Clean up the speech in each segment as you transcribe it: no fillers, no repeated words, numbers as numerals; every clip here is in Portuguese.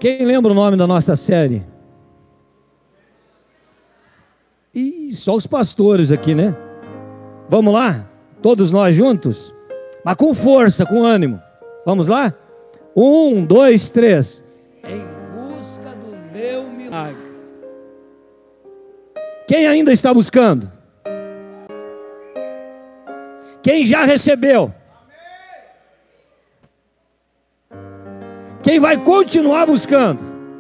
Quem lembra o nome da nossa série? Ih, só os pastores aqui, né? Vamos lá? Todos nós juntos? Mas com força, com ânimo. Vamos lá? 1, 2, 3. Em busca do meu milagre. Quem ainda está buscando? Quem já recebeu? Quem vai continuar buscando?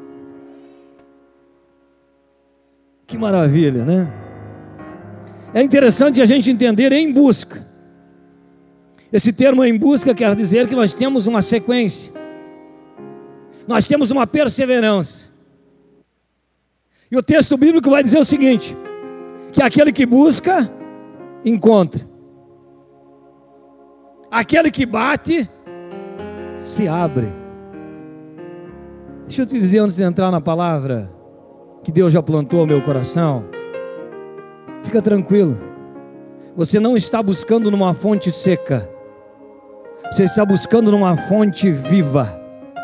Que maravilha, né? É interessante a gente entender em busca. Esse termo em busca quer dizer que nós temos uma sequência. Nós temos uma perseverança. E o texto bíblico vai dizer o seguinte: que aquele que busca, encontra. Aquele que bate, se abre. Deixa eu te dizer antes de entrar na palavra que Deus já plantou no meu coração. Fica tranquilo. Você não está buscando numa fonte seca. Você está buscando numa fonte viva.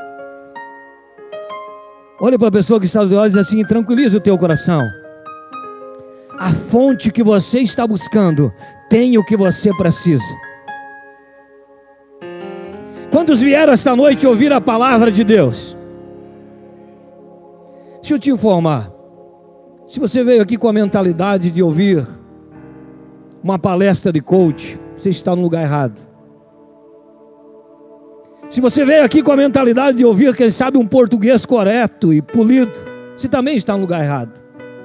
Olha para a pessoa que está do lado e diz assim: tranquiliza o teu coração. A fonte que você está buscando tem o que você precisa. Quantos vieram esta noite ouvir a palavra de Deus? Deixa eu te informar. Se você veio aqui com a mentalidade de ouvir uma palestra de coach, você está no lugar errado. Se você veio aqui com a mentalidade de ouvir, quem sabe, um português correto e polido, você também está no lugar errado.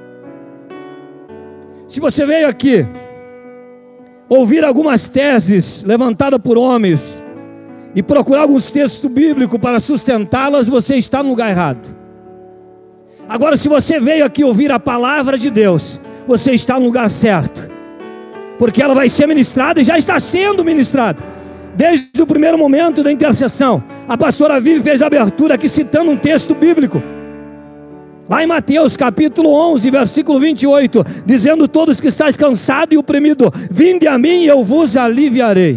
Se você veio aqui ouvir algumas teses levantadas por homens e procurar alguns textos bíblicos para sustentá-las, você está no lugar errado. Agora, se você veio aqui ouvir a palavra de Deus, você está no lugar certo, porque ela vai ser ministrada e já está sendo ministrada. Desde o primeiro momento da intercessão, a pastora Vivi fez a abertura aqui citando um texto bíblico. Lá em Mateus capítulo 11, versículo 28, dizendo: todos que estáis cansados e oprimidos, vinde a mim e eu vos aliviarei.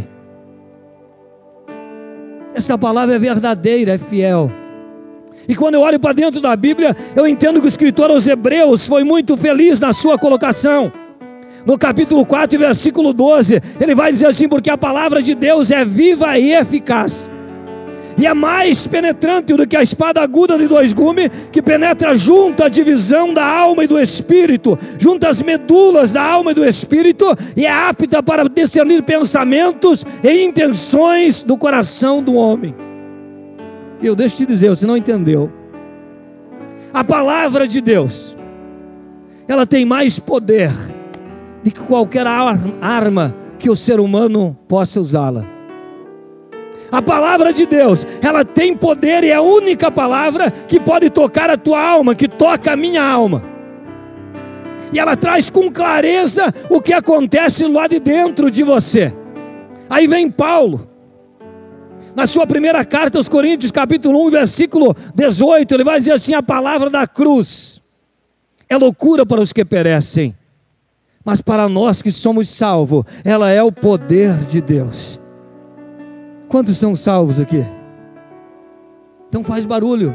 Esta palavra é verdadeira, é fiel. E quando eu olho para dentro da Bíblia, eu entendo que o escritor aos Hebreus foi muito feliz na sua colocação. No capítulo 4, versículo 12, ele vai dizer assim: porque a palavra de Deus é viva e eficaz, e é mais penetrante do que a espada aguda de 2 gumes, que penetra junto à divisão da alma e do espírito, junto às medulas da alma e do espírito, e é apta para discernir pensamentos e intenções do coração do homem. E eu deixo te dizer, você não entendeu. A palavra de Deus, ela tem mais poder do que qualquer arma que o ser humano possa usá-la. A palavra de Deus, ela tem poder e é a única palavra que pode tocar a tua alma, que toca a minha alma. E ela traz com clareza o que acontece lá de dentro de você. Aí vem Paulo, na sua primeira carta aos Coríntios, capítulo 1, versículo 18, ele vai dizer assim: a palavra da cruz é loucura para os que perecem, mas para nós que somos salvos, ela é o poder de Deus. Quantos são salvos aqui? Então faz barulho.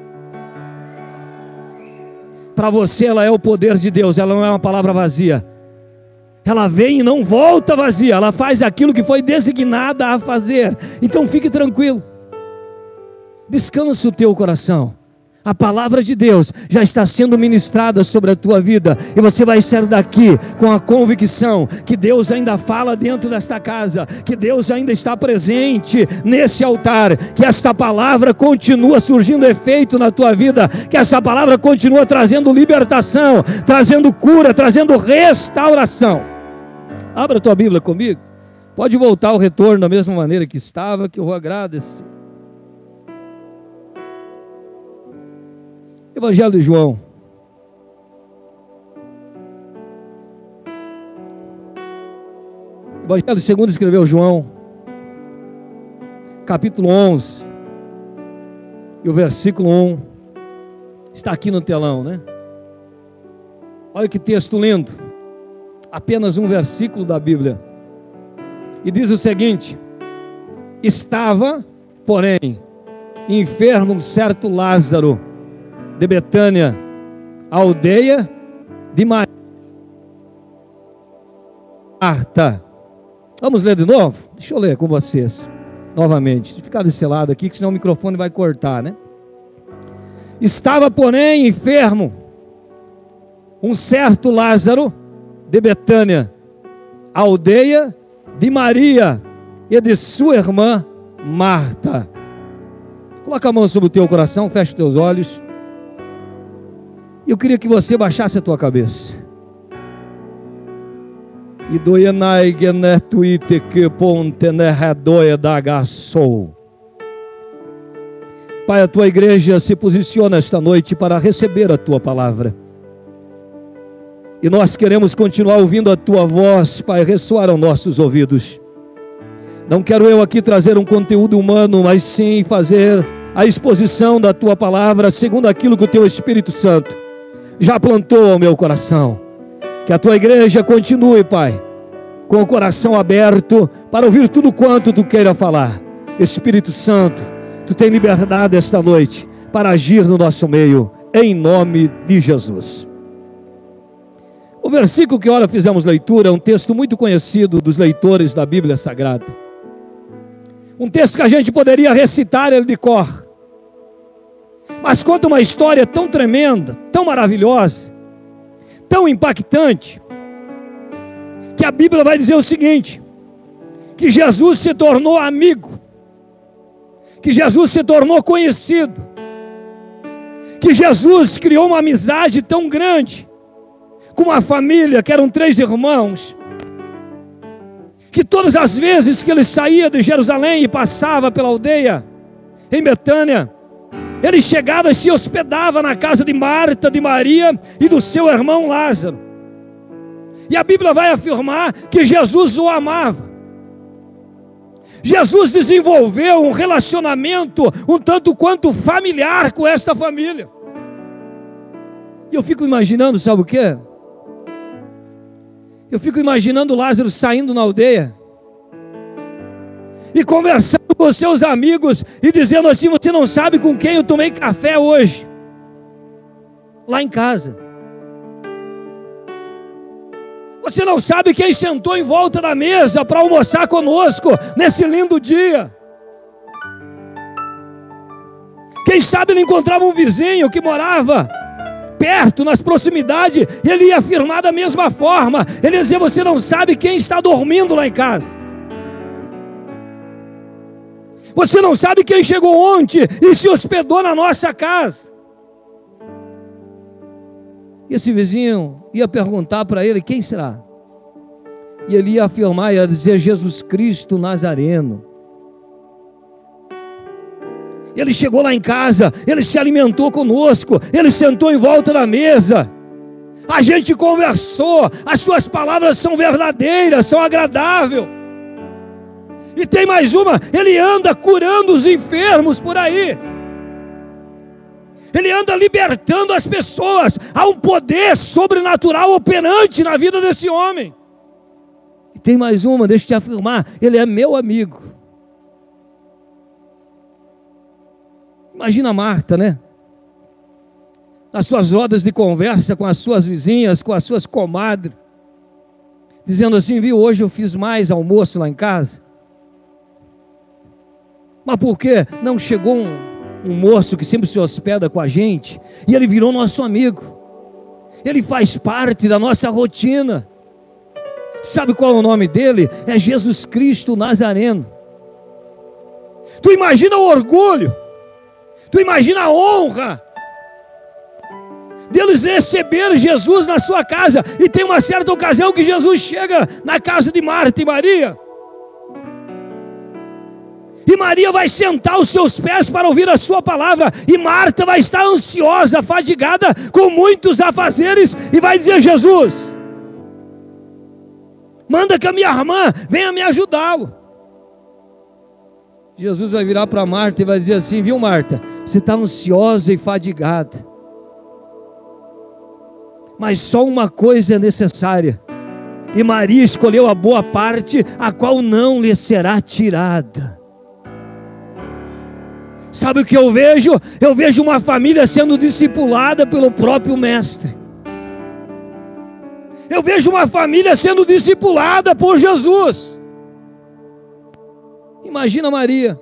Para você ela é o poder de Deus, ela não é uma palavra vazia. Ela vem e não volta vazia, ela faz aquilo que foi designada a fazer. Então fique tranquilo, descansa o teu coração. A palavra de Deus já está sendo ministrada sobre a tua vida, e você vai sair daqui com a convicção que Deus ainda fala dentro desta casa, que Deus ainda está presente nesse altar, que esta palavra continua surgindo efeito na tua vida, que essa palavra continua trazendo libertação, trazendo cura, trazendo restauração. Abra a tua Bíblia comigo. Pode voltar ao retorno da mesma maneira que estava, que eu vou agradecer. Evangelho de João. Evangelho segundo escreveu João, capítulo 11, e o versículo 1, está aqui no telão, né? Olha que texto lindo, apenas um versículo da Bíblia, e diz o seguinte: estava, porém, enfermo um certo Lázaro, de Betânia, a aldeia de Marta. Vamos ler de novo? Deixa eu ler com vocês novamente. Deixa eu ficar desse lado aqui, que senão o microfone vai cortar, né? Estava, porém, enfermo um certo Lázaro de Betânia, a aldeia de Maria e de sua irmã Marta. Coloca a mão sobre o teu coração, fecha os teus olhos. Eu queria que você baixasse a tua cabeça. E doenai genetuite que ponte nerredoia da gassou. Pai, a tua igreja se posiciona esta noite para receber a tua palavra. E nós queremos continuar ouvindo a tua voz, Pai, ressoar aos nossos ouvidos. Não quero eu aqui trazer um conteúdo humano, mas sim fazer a exposição da tua palavra segundo aquilo que o teu Espírito Santo já plantou ao meu coração. Que a tua igreja continue, Pai, com o coração aberto para ouvir tudo quanto tu queira falar. Espírito Santo, tu tem liberdade esta noite para agir no nosso meio, em nome de Jesus. O versículo que ora fizemos leitura é um texto muito conhecido dos leitores da Bíblia Sagrada. Um texto que a gente poderia recitar ele de cor. Mas conta uma história tão tremenda, tão maravilhosa, tão impactante, que a Bíblia vai dizer o seguinte: que Jesus se tornou amigo, que Jesus se tornou conhecido, que Jesus criou uma amizade tão grande com uma família que eram 3 irmãos, que todas as vezes que ele saía de Jerusalém e passava pela aldeia em Betânia, ele chegava e se hospedava na casa de Marta, de Maria e do seu irmão Lázaro. E a Bíblia vai afirmar que Jesus o amava. Jesus desenvolveu um relacionamento um tanto quanto familiar com esta família. E eu fico imaginando, sabe o quê? Eu fico imaginando Lázaro saindo na aldeia e conversando com seus amigos e dizendo assim: você não sabe com quem eu tomei café hoje, lá em casa. Você não sabe quem sentou em volta da mesa para almoçar conosco nesse lindo dia. Quem sabe ele encontrava um vizinho que morava perto, nas proximidades, e ele ia afirmar da mesma forma. Ele ia dizer: você não sabe quem está dormindo lá em casa. Você não sabe quem chegou ontem e se hospedou na nossa casa. E esse vizinho ia perguntar para ele: quem será? E ele ia afirmar, ia dizer: Jesus Cristo Nazareno. Ele chegou lá em casa, ele se alimentou conosco, ele sentou em volta da mesa, a gente conversou, as suas palavras são verdadeiras, são agradáveis. E tem mais uma: ele anda curando os enfermos por aí, ele anda libertando as pessoas. Há um poder sobrenatural operante na vida desse homem. E tem mais uma, deixa eu te afirmar: ele é meu amigo. Imagina Marta, né? Nas suas rodas de conversa com as suas vizinhas, com as suas comadres, dizendo assim: viu, hoje eu fiz mais almoço lá em casa. Mas por quê? Não chegou um moço que sempre se hospeda com a gente, e ele virou nosso amigo. Ele faz parte da nossa rotina. Sabe qual é o nome dele? É Jesus Cristo Nazareno. Tu imagina o orgulho, tu imagina a honra deles receber Jesus na sua casa. E tem uma certa ocasião que Jesus chega na casa de Marta e Maria, e Maria vai sentar aos seus pés para ouvir a sua palavra, e Marta vai estar ansiosa, fadigada, com muitos afazeres, e vai dizer: Jesus, manda que a minha irmã venha me ajudá-lo. Jesus vai virar para Marta e vai dizer assim: viu, Marta, você está ansiosa e fadigada, mas só uma coisa é necessária, e Maria escolheu a boa parte, a qual não lhe será tirada. Sabe o que eu vejo? Eu vejo uma família sendo discipulada pelo próprio mestre. Eu vejo uma família sendo discipulada por Jesus. Imagina Maria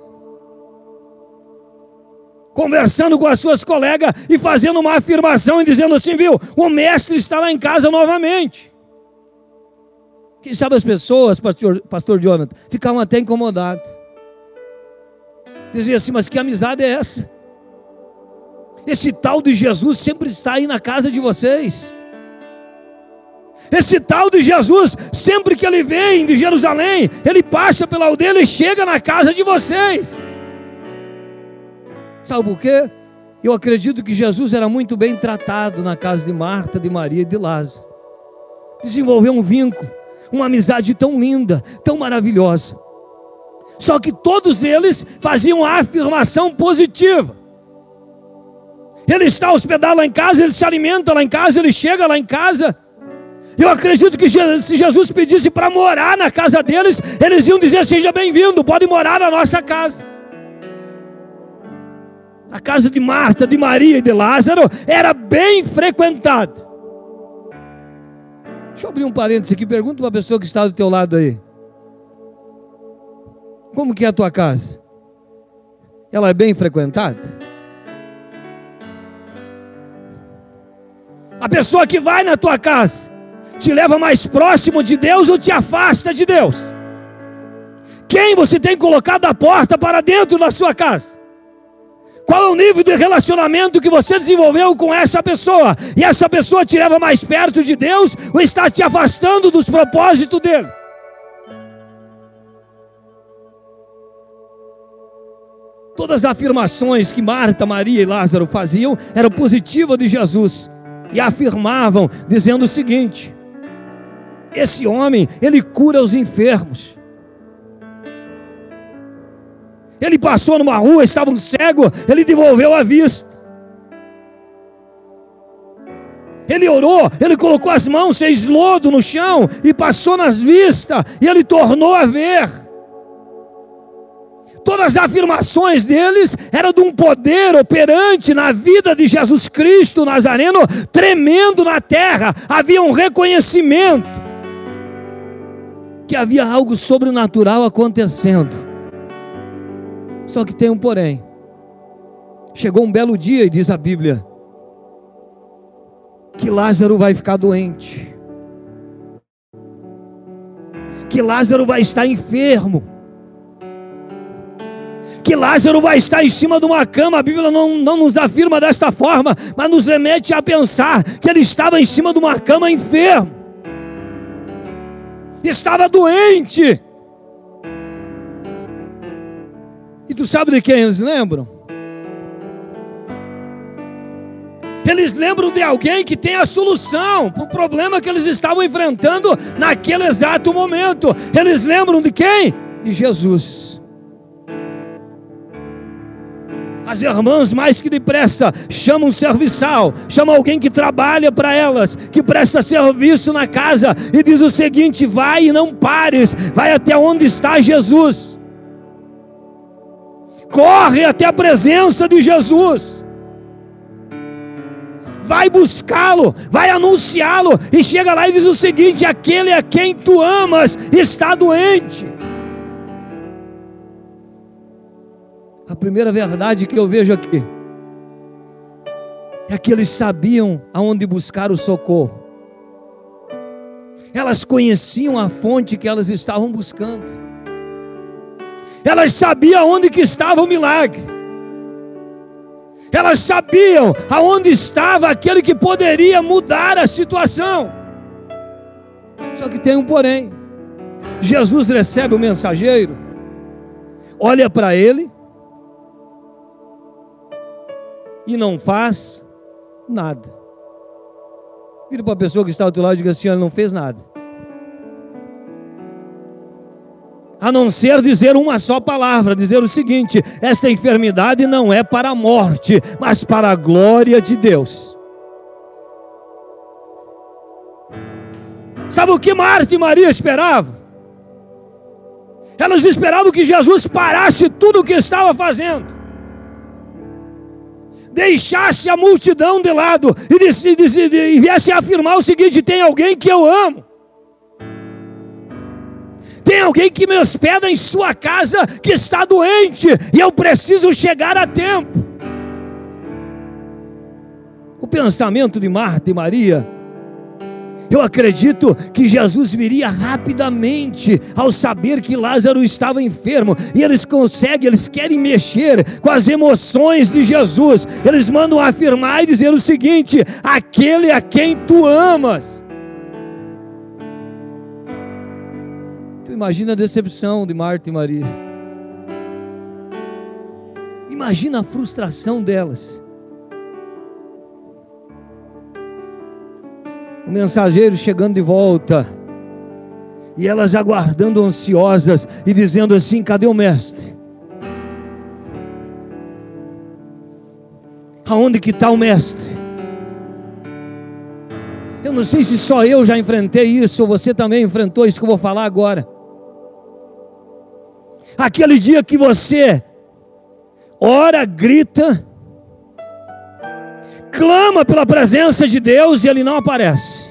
conversando com as suas colegas e fazendo uma afirmação e dizendo assim, viu, o mestre está lá em casa novamente. Quem sabe as pessoas, pastor Jonathan, ficavam até incomodadas. Dizia assim, mas que amizade é essa? Esse tal de Jesus sempre está aí na casa de vocês. Esse tal de Jesus, sempre que ele vem de Jerusalém, ele passa pela aldeia e chega na casa de vocês. Sabe por quê? Eu acredito que Jesus era muito bem tratado na casa de Marta, de Maria e de Lázaro. Desenvolveu um vínculo, uma amizade tão linda, tão maravilhosa. Só que todos eles faziam a afirmação positiva. Ele está hospedado lá em casa, ele se alimenta lá em casa, ele chega lá em casa. Eu acredito que se Jesus pedisse para morar na casa deles, eles iam dizer, seja bem-vindo, pode morar na nossa casa. A casa de Marta, de Maria e de Lázaro era bem frequentada. Deixa eu abrir um parênteses aqui, pergunta para a pessoa que está do teu lado aí. Como que é a tua casa? Ela é bem frequentada? A pessoa que vai na tua casa te leva mais próximo de Deus ou te afasta de Deus? Quem você tem colocado da porta para dentro da sua casa? Qual é o nível de relacionamento que você desenvolveu com essa pessoa? E essa pessoa te leva mais perto de Deus ou está te afastando dos propósitos dele? Todas as afirmações que Marta, Maria e Lázaro faziam eram positivas de Jesus. E afirmavam, dizendo o seguinte: esse homem, ele cura os enfermos. Ele passou numa rua, estava um cego, ele devolveu a vista. Ele orou, ele colocou as mãos, fez lodo no chão e passou nas vistas, e ele tornou a ver. Todas as afirmações deles eram de um poder operante na vida de Jesus Cristo Nazareno, tremendo na terra. Havia um reconhecimento que havia algo sobrenatural acontecendo. Só que tem um porém. Chegou um belo dia, e diz a Bíblia, que Lázaro vai ficar doente, que Lázaro vai estar enfermo, que Lázaro vai estar em cima de uma cama. A Bíblia não nos afirma desta forma, mas nos remete a pensar que ele estava em cima de uma cama enfermo, estava doente. E tu sabe de quem eles lembram? Eles lembram de alguém que tem a solução para o problema que eles estavam enfrentando naquele exato momento. Eles lembram de quem? De Jesus. As irmãs, mais que depressa, chamam um serviçal, chamam alguém que trabalha para elas, que presta serviço na casa, e diz o seguinte: vai e não pares, vai até onde está Jesus, corre até a presença de Jesus, vai buscá-lo, vai anunciá-lo, e chega lá e diz o seguinte: aquele a quem tu amas está doente. A primeira verdade que eu vejo aqui é que eles sabiam aonde buscar o socorro. Elas conheciam a fonte que elas estavam buscando. Elas sabiam aonde que estava o milagre. Elas sabiam aonde estava aquele que poderia mudar a situação. Só que tem um porém. Jesus recebe o mensageiro, olha para ele e não faz nada. Vira para a pessoa que está ao teu lado e diga assim: ele não fez nada, a não ser dizer uma só palavra, dizer o seguinte: esta enfermidade não é para a morte, mas para a glória de Deus. Sabe o que Marta e Maria esperavam? Elas esperavam que Jesus parasse tudo o que estava fazendo. deixasse a multidão de lado e viesse afirmar o seguinte: tem alguém que eu amo, tem alguém que me hospeda em sua casa que está doente e eu preciso chegar a tempo. O pensamento de Marta e Maria, eu acredito que Jesus viria rapidamente ao saber que Lázaro estava enfermo, e eles querem mexer com as emoções de Jesus. Eles mandam afirmar e dizer o seguinte: aquele a quem tu amas. Tu imagina a decepção de Marta e Maria, imagina a frustração delas. O mensageiro chegando de volta, e elas aguardando ansiosas e dizendo assim: cadê o mestre? Aonde que está o mestre? Eu não sei se só eu já enfrentei isso, ou você também enfrentou isso que eu vou falar agora. Aquele dia que você ora, grita, clama pela presença de Deus e Ele não aparece.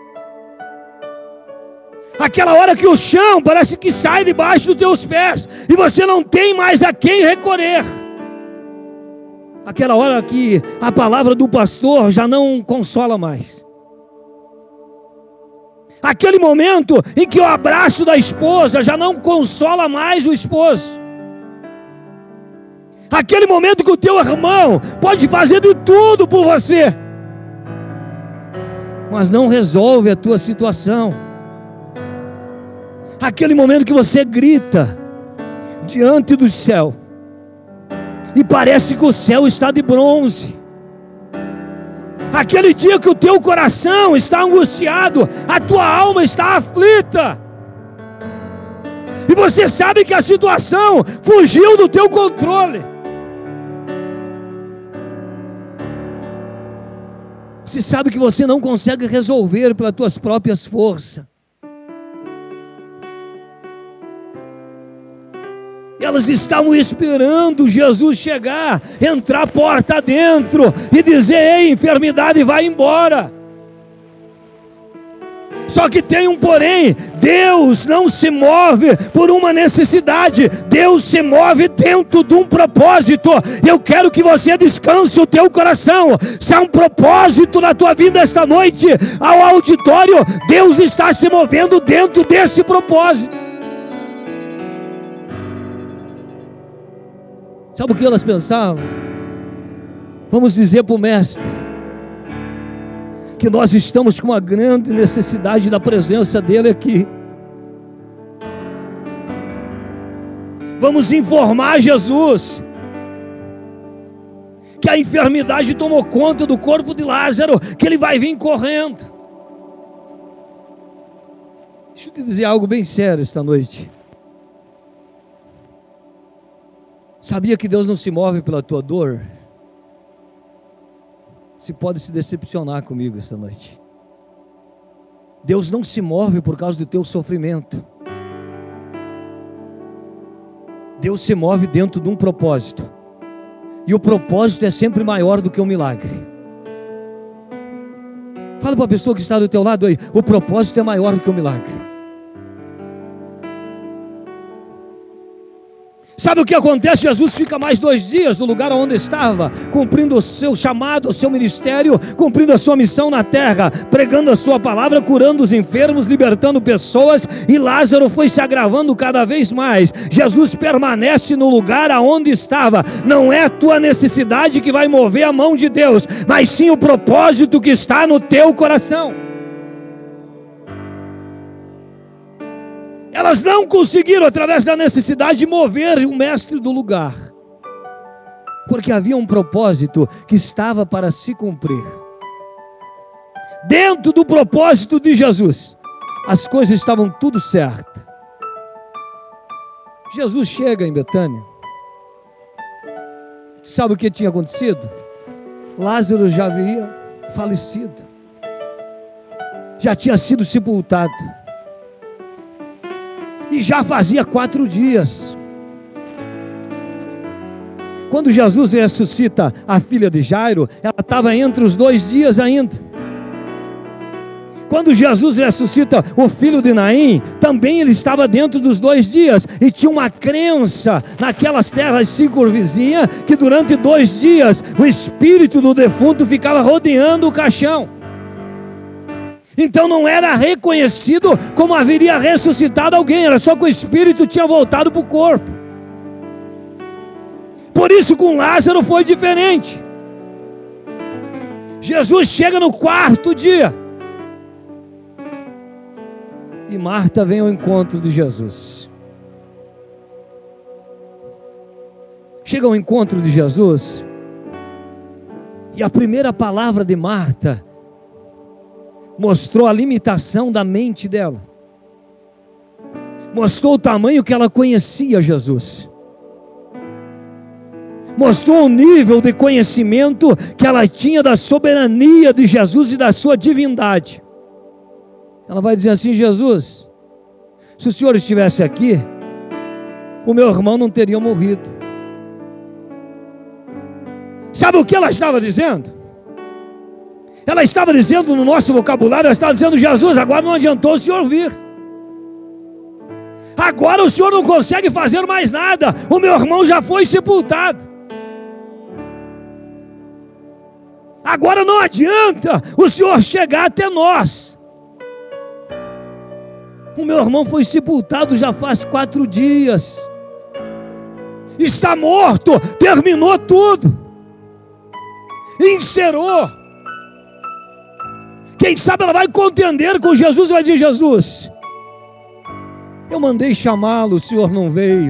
Aquela hora que o chão parece que sai debaixo dos teus pés e você não tem mais a quem recorrer. Aquela hora que a palavra do pastor já não consola mais. Aquele momento em que o abraço da esposa já não consola mais o esposo. Aquele momento que o teu irmão pode fazer de tudo por você, mas não resolve a tua situação. Aquele momento que você grita diante do céu e parece que o céu está de bronze. Aquele dia que o teu coração está angustiado, a tua alma está aflita, e você sabe que a situação fugiu do teu controle. Você sabe que você não consegue resolver pelas tuas próprias forças. Elas estavam esperando Jesus chegar, entrar a porta dentro e dizer: ei, enfermidade, vai embora. Só que tem um porém: Deus não se move por uma necessidade, Deus se move dentro de um propósito. Eu quero que você descanse o teu coração. Se há um propósito na tua vida esta noite, ao auditório, Deus está se movendo dentro desse propósito. Sabe o que elas pensavam? Vamos dizer para o mestre que nós estamos com uma grande necessidade da presença dele aqui. Vamos informar Jesus que a enfermidade tomou conta do corpo de Lázaro, que ele vai vir correndo. Deixa eu te dizer algo bem sério esta noite. Sabia que Deus não se move pela tua dor? Você pode se decepcionar comigo esta noite. Deus não se move por causa do teu sofrimento. Deus se move dentro de um propósito. E o propósito é sempre maior do que o milagre. Fala para a pessoa que está do teu lado aí: o propósito é maior do que o milagre. Sabe o que acontece? Jesus fica mais 2 dias no lugar onde estava, cumprindo o seu chamado, o seu ministério, cumprindo a sua missão na terra, pregando a sua palavra, curando os enfermos, libertando pessoas, e Lázaro foi se agravando cada vez mais. Jesus permanece no lugar aonde estava. Não é a tua necessidade que vai mover a mão de Deus, mas sim o propósito que está no teu coração. Elas não conseguiram, através da necessidade, mover o mestre do lugar, porque havia um propósito que estava para se cumprir. Dentro do propósito de Jesus, as coisas estavam tudo certas. Jesus chega em Betânia. Sabe o que tinha acontecido? Lázaro já havia falecido, já tinha sido sepultado. E já fazia 4 dias. Quando Jesus ressuscita a filha de Jairo, ela estava entre os 2 dias ainda. Quando Jesus ressuscita o filho de Naim, também ele estava dentro dos 2 dias, e tinha uma crença naquelas terras circunvizinhas, que durante 2 dias, o espírito do defunto ficava rodeando o caixão. Então não era reconhecido como haveria ressuscitado alguém, era só que o espírito tinha voltado para o corpo. Por isso com Lázaro foi diferente. Jesus chega no 4º dia, e Marta vem ao encontro de Jesus. Chega ao encontro de Jesus, e a primeira palavra de Marta mostrou a limitação da mente dela, mostrou o tamanho que ela conhecia Jesus, mostrou o nível de conhecimento que ela tinha da soberania de Jesus e da sua divindade. Ela vai dizer assim: Jesus, se o Senhor estivesse aqui, o meu irmão não teria morrido. Sabe o que ela estava dizendo? Ela estava dizendo, no nosso vocabulário, ela estava dizendo: Jesus, agora não adiantou o Senhor vir. Agora o Senhor não consegue fazer mais nada. O meu irmão já foi sepultado. Agora não adianta o Senhor chegar até nós. O meu irmão foi sepultado já faz 4 dias. Está morto, terminou tudo. Encerrou. Quem sabe ela vai contender com Jesus e vai dizer: Jesus, eu mandei chamá-lo, o Senhor não veio.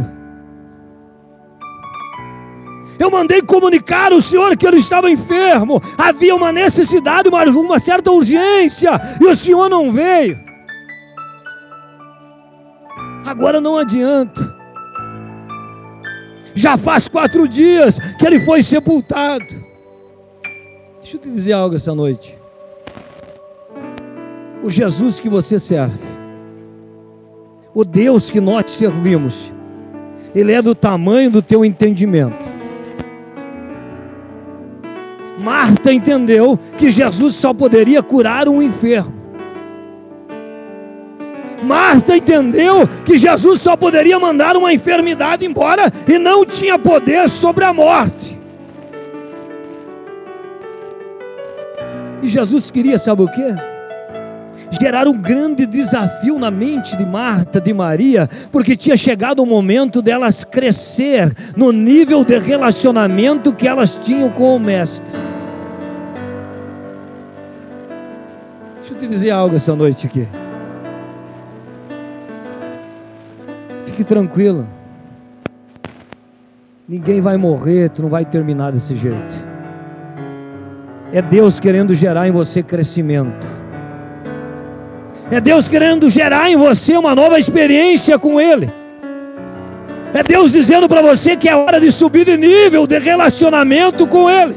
Eu mandei comunicar ao Senhor que ele estava enfermo. Havia uma necessidade, uma certa urgência, e o Senhor não veio. Agora não adianta. Já faz 4 dias que ele foi sepultado. Deixa eu te dizer algo essa noite. O Jesus que você serve, o Deus que nós servimos, Ele é do tamanho do teu entendimento. Marta entendeu que Jesus só poderia curar um enfermo. Marta entendeu que Jesus só poderia mandar uma enfermidade embora e não tinha poder sobre a morte. E Jesus queria, sabe o quê? Gerar um grande desafio na mente de Marta, de Maria, porque tinha chegado o momento delas crescer no nível de relacionamento que elas tinham com o Mestre. Deixa eu te dizer algo essa noite aqui. Fique tranquilo. Ninguém vai morrer, tu não vai terminar desse jeito. É Deus querendo gerar em você crescimento. É Deus querendo gerar em você uma nova experiência com Ele. É Deus dizendo para você que é hora de subir de nível de relacionamento com Ele.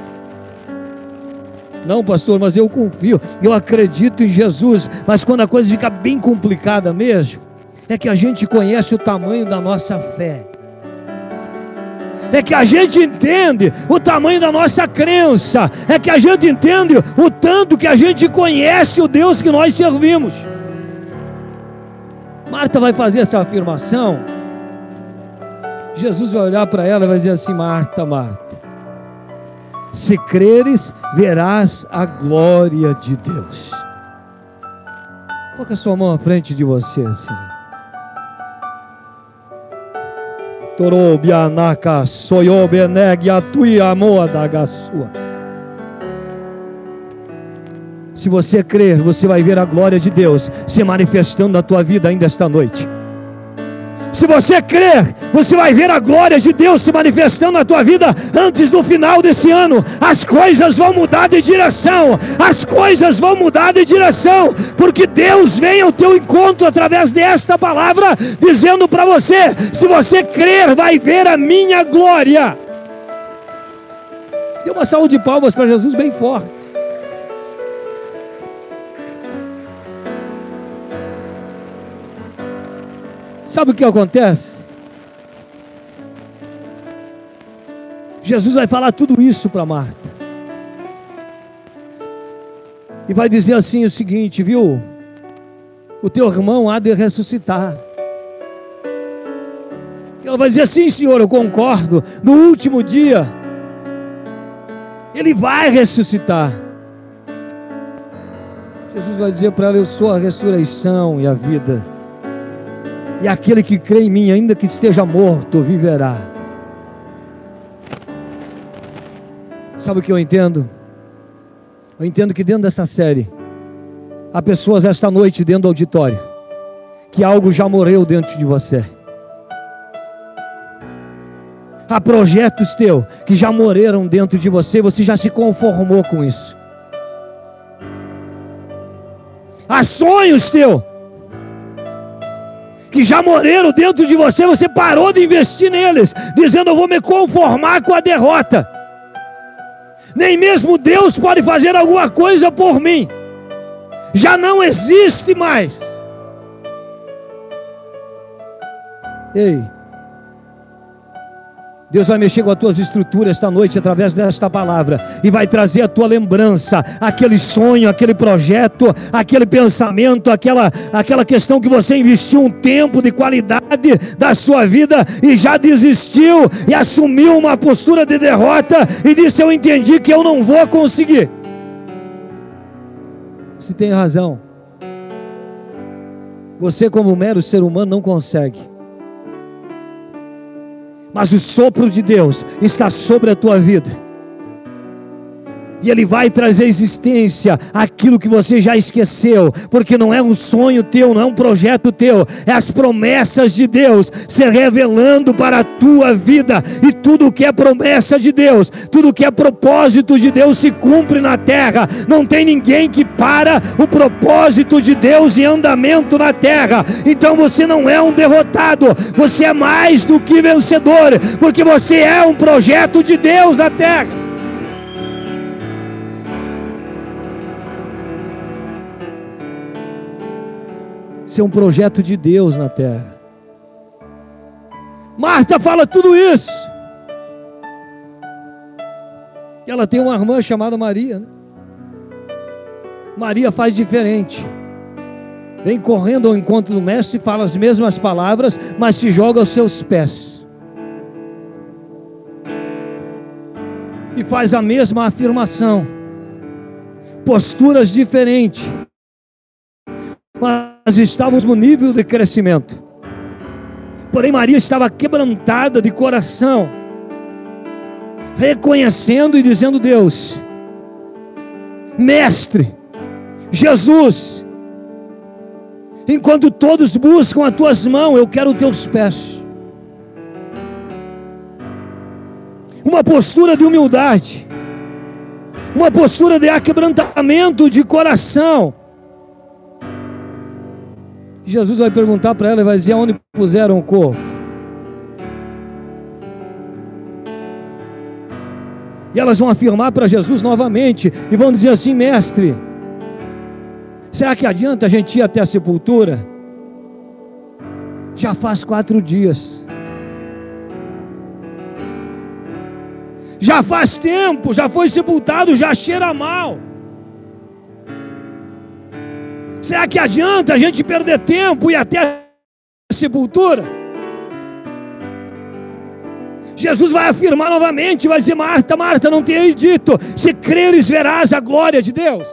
Não, pastor, mas eu confio, eu acredito em Jesus. Mas quando a coisa fica bem complicada mesmo, é que a gente conhece o tamanho da nossa fé. É que a gente entende o tamanho da nossa crença. É que a gente entende o tanto que a gente conhece o Deus que nós servimos. Marta vai fazer essa afirmação. Jesus vai olhar para ela e vai dizer assim: Marta, Marta, se creres, verás a glória de Deus. Coloca a sua mão à frente de você assim. Torobianaka soyobeneg atui amor da gasua. Se você crer, você vai ver a glória de Deus se manifestando na tua vida ainda esta noite. Se você crer, você vai ver a glória de Deus se manifestando na tua vida antes do final desse ano. As coisas vão mudar de direção. As coisas vão mudar de direção, porque Deus vem ao teu encontro através desta palavra, dizendo para você: se você crer, vai ver a minha glória. Dê uma salva de palmas para Jesus bem forte. Sabe o que acontece? Jesus vai falar tudo isso para Marta. E vai dizer assim o seguinte, viu? O teu irmão há de ressuscitar. E ela vai dizer assim, Senhor, eu concordo. No último dia, ele vai ressuscitar. Jesus vai dizer para ela, eu sou a ressurreição e a vida. E aquele que crê em mim, ainda que esteja morto, viverá. Sabe o que eu entendo? Eu entendo que dentro dessa série, há pessoas esta noite dentro do auditório, que algo já morreu dentro de você. Há projetos teus que já morreram dentro de você, você já se conformou com isso. Há sonhos teus que já morreram dentro de você, você parou de investir neles, dizendo eu vou me conformar com a derrota. Nem mesmo Deus pode fazer alguma coisa por mim. Já não existe mais. Ei, Deus vai mexer com as tuas estruturas esta noite através desta palavra e vai trazer a tua lembrança, aquele sonho, aquele projeto, aquele pensamento, aquela questão que você investiu um tempo de qualidade da sua vida e já desistiu e assumiu uma postura de derrota e disse, eu entendi que eu não vou conseguir. Você tem razão. Você como mero ser humano não consegue. Mas o sopro de Deus está sobre a tua vida. E Ele vai trazer existência aquilo que você já esqueceu. Porque não é um sonho teu, não é um projeto teu. É as promessas de Deus se revelando para a tua vida. E tudo que é promessa de Deus, tudo que é propósito de Deus se cumpre na terra. Não tem ninguém que para o propósito de Deus em andamento na terra. Então você não é um derrotado. Você é mais do que vencedor. Porque você é um projeto de Deus na terra. Ser um projeto de Deus na terra. Marta fala tudo isso. E ela tem uma irmã chamada Maria, né? Maria faz diferente. Vem correndo ao encontro do mestre, fala as mesmas palavras, mas se joga aos seus pés. E faz a mesma afirmação. Posturas diferentes. Mas estávamos no nível de crescimento. Porém Maria estava quebrantada de coração, reconhecendo e dizendo, Deus, Mestre, Jesus, enquanto todos buscam as tuas mãos, eu quero os teus pés. Uma postura de humildade, uma postura de aquebrantamento de coração. Jesus vai perguntar para ela e vai dizer, aonde puseram o corpo? E elas vão afirmar para Jesus novamente e vão dizer assim, mestre, será que adianta a gente ir até a sepultura? Já faz 4 dias. Já faz tempo, já foi sepultado, já cheira mal. Será que adianta a gente perder tempo e ir até a sepultura? Jesus vai afirmar novamente, vai dizer, Marta, Marta, não tenho dito, se creres verás a glória de Deus.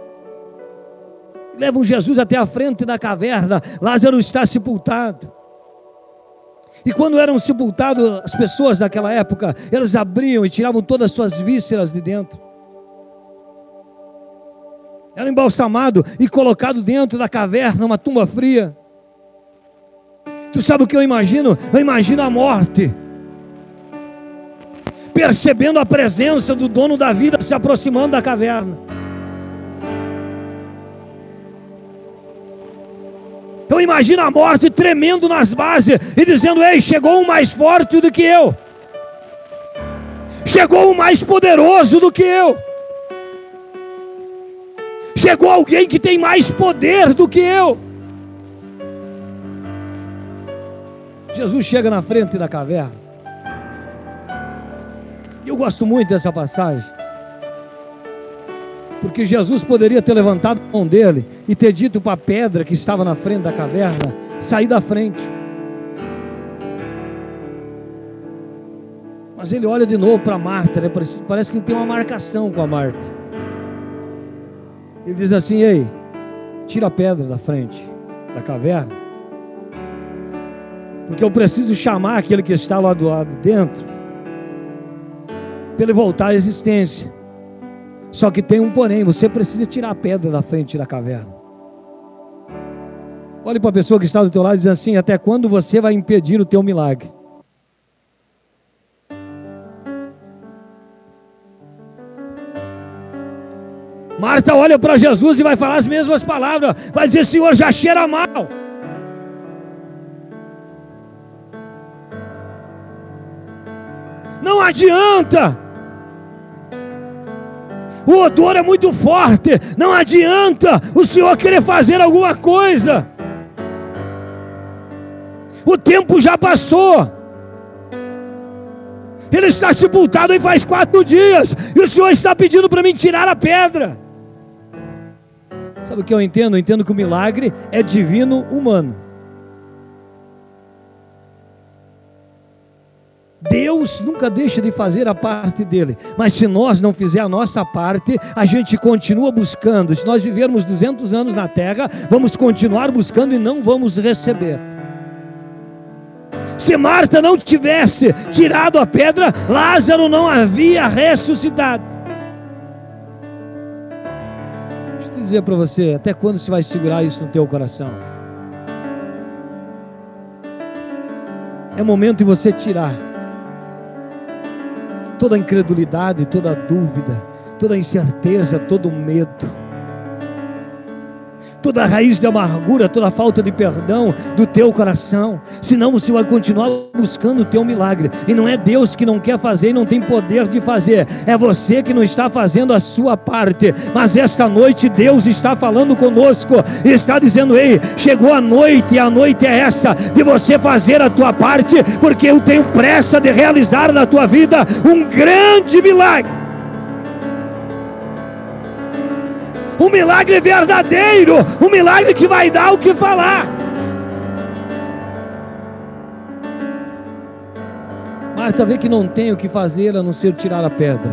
Levam Jesus até a frente da caverna, Lázaro está sepultado. E quando eram sepultados as pessoas daquela época, eles abriam e tiravam todas as suas vísceras de dentro. Era embalsamado e colocado dentro da caverna, uma tumba fria. Tu sabe o que eu imagino? Eu imagino a morte, percebendo a presença do dono da vida se aproximando da caverna. Eu imagino a morte tremendo nas bases e dizendo, ei, chegou um mais forte do que eu. Chegou um mais poderoso do que eu. Chegou alguém que tem mais poder do que eu. Jesus chega na frente da caverna. gosto muito dessa passagem, porque Jesus poderia ter levantado a mão dele e ter dito para a pedra que estava na frente da caverna sair da frente. Mas ele olha de novo para Marta, né? Parece que ele tem uma marcação com a Marta. Ele diz assim: ei, tira a pedra da frente da caverna, porque eu preciso chamar aquele que está lá do lado de dentro, para ele voltar à existência. Só que tem um porém, você precisa tirar a pedra da frente da caverna. Olhe para a pessoa que está do teu lado e diz assim: até quando você vai impedir o teu milagre? Marta olha para Jesus e vai falar as mesmas palavras, vai dizer: Senhor, já cheira mal. Não adianta, o odor é muito forte, não adianta o Senhor querer fazer alguma coisa, o tempo já passou, ele está sepultado e faz 4 dias, e o Senhor está pedindo para mim tirar a pedra. Sabe o que eu entendo? Eu entendo que o milagre é divino humano. Deus nunca deixa de fazer a parte dele, mas se nós não fizer a nossa parte, a gente continua buscando. Se nós vivermos 200 anos na terra, vamos continuar buscando e não vamos receber. Se Marta não tivesse tirado a pedra, Lázaro não havia ressuscitado. Deixa eu dizer para você, até quando você vai segurar isso no teu coração? É momento de você tirar toda a incredulidade, toda a dúvida, toda a incerteza, todo o medo, toda a raiz de amargura, toda a falta de perdão do teu coração. Senão você vai continuar buscando o teu milagre, e não é Deus que não quer fazer e não tem poder de fazer, é você que não está fazendo a sua parte. Mas esta noite Deus está falando conosco e está dizendo: ei, chegou a noite, e a noite é essa, de você fazer a tua parte, porque eu tenho pressa de realizar na tua vida um grande milagre. Um milagre verdadeiro, um milagre que vai dar o que falar. Marta vê que não tem o que fazer a não ser tirar a pedra.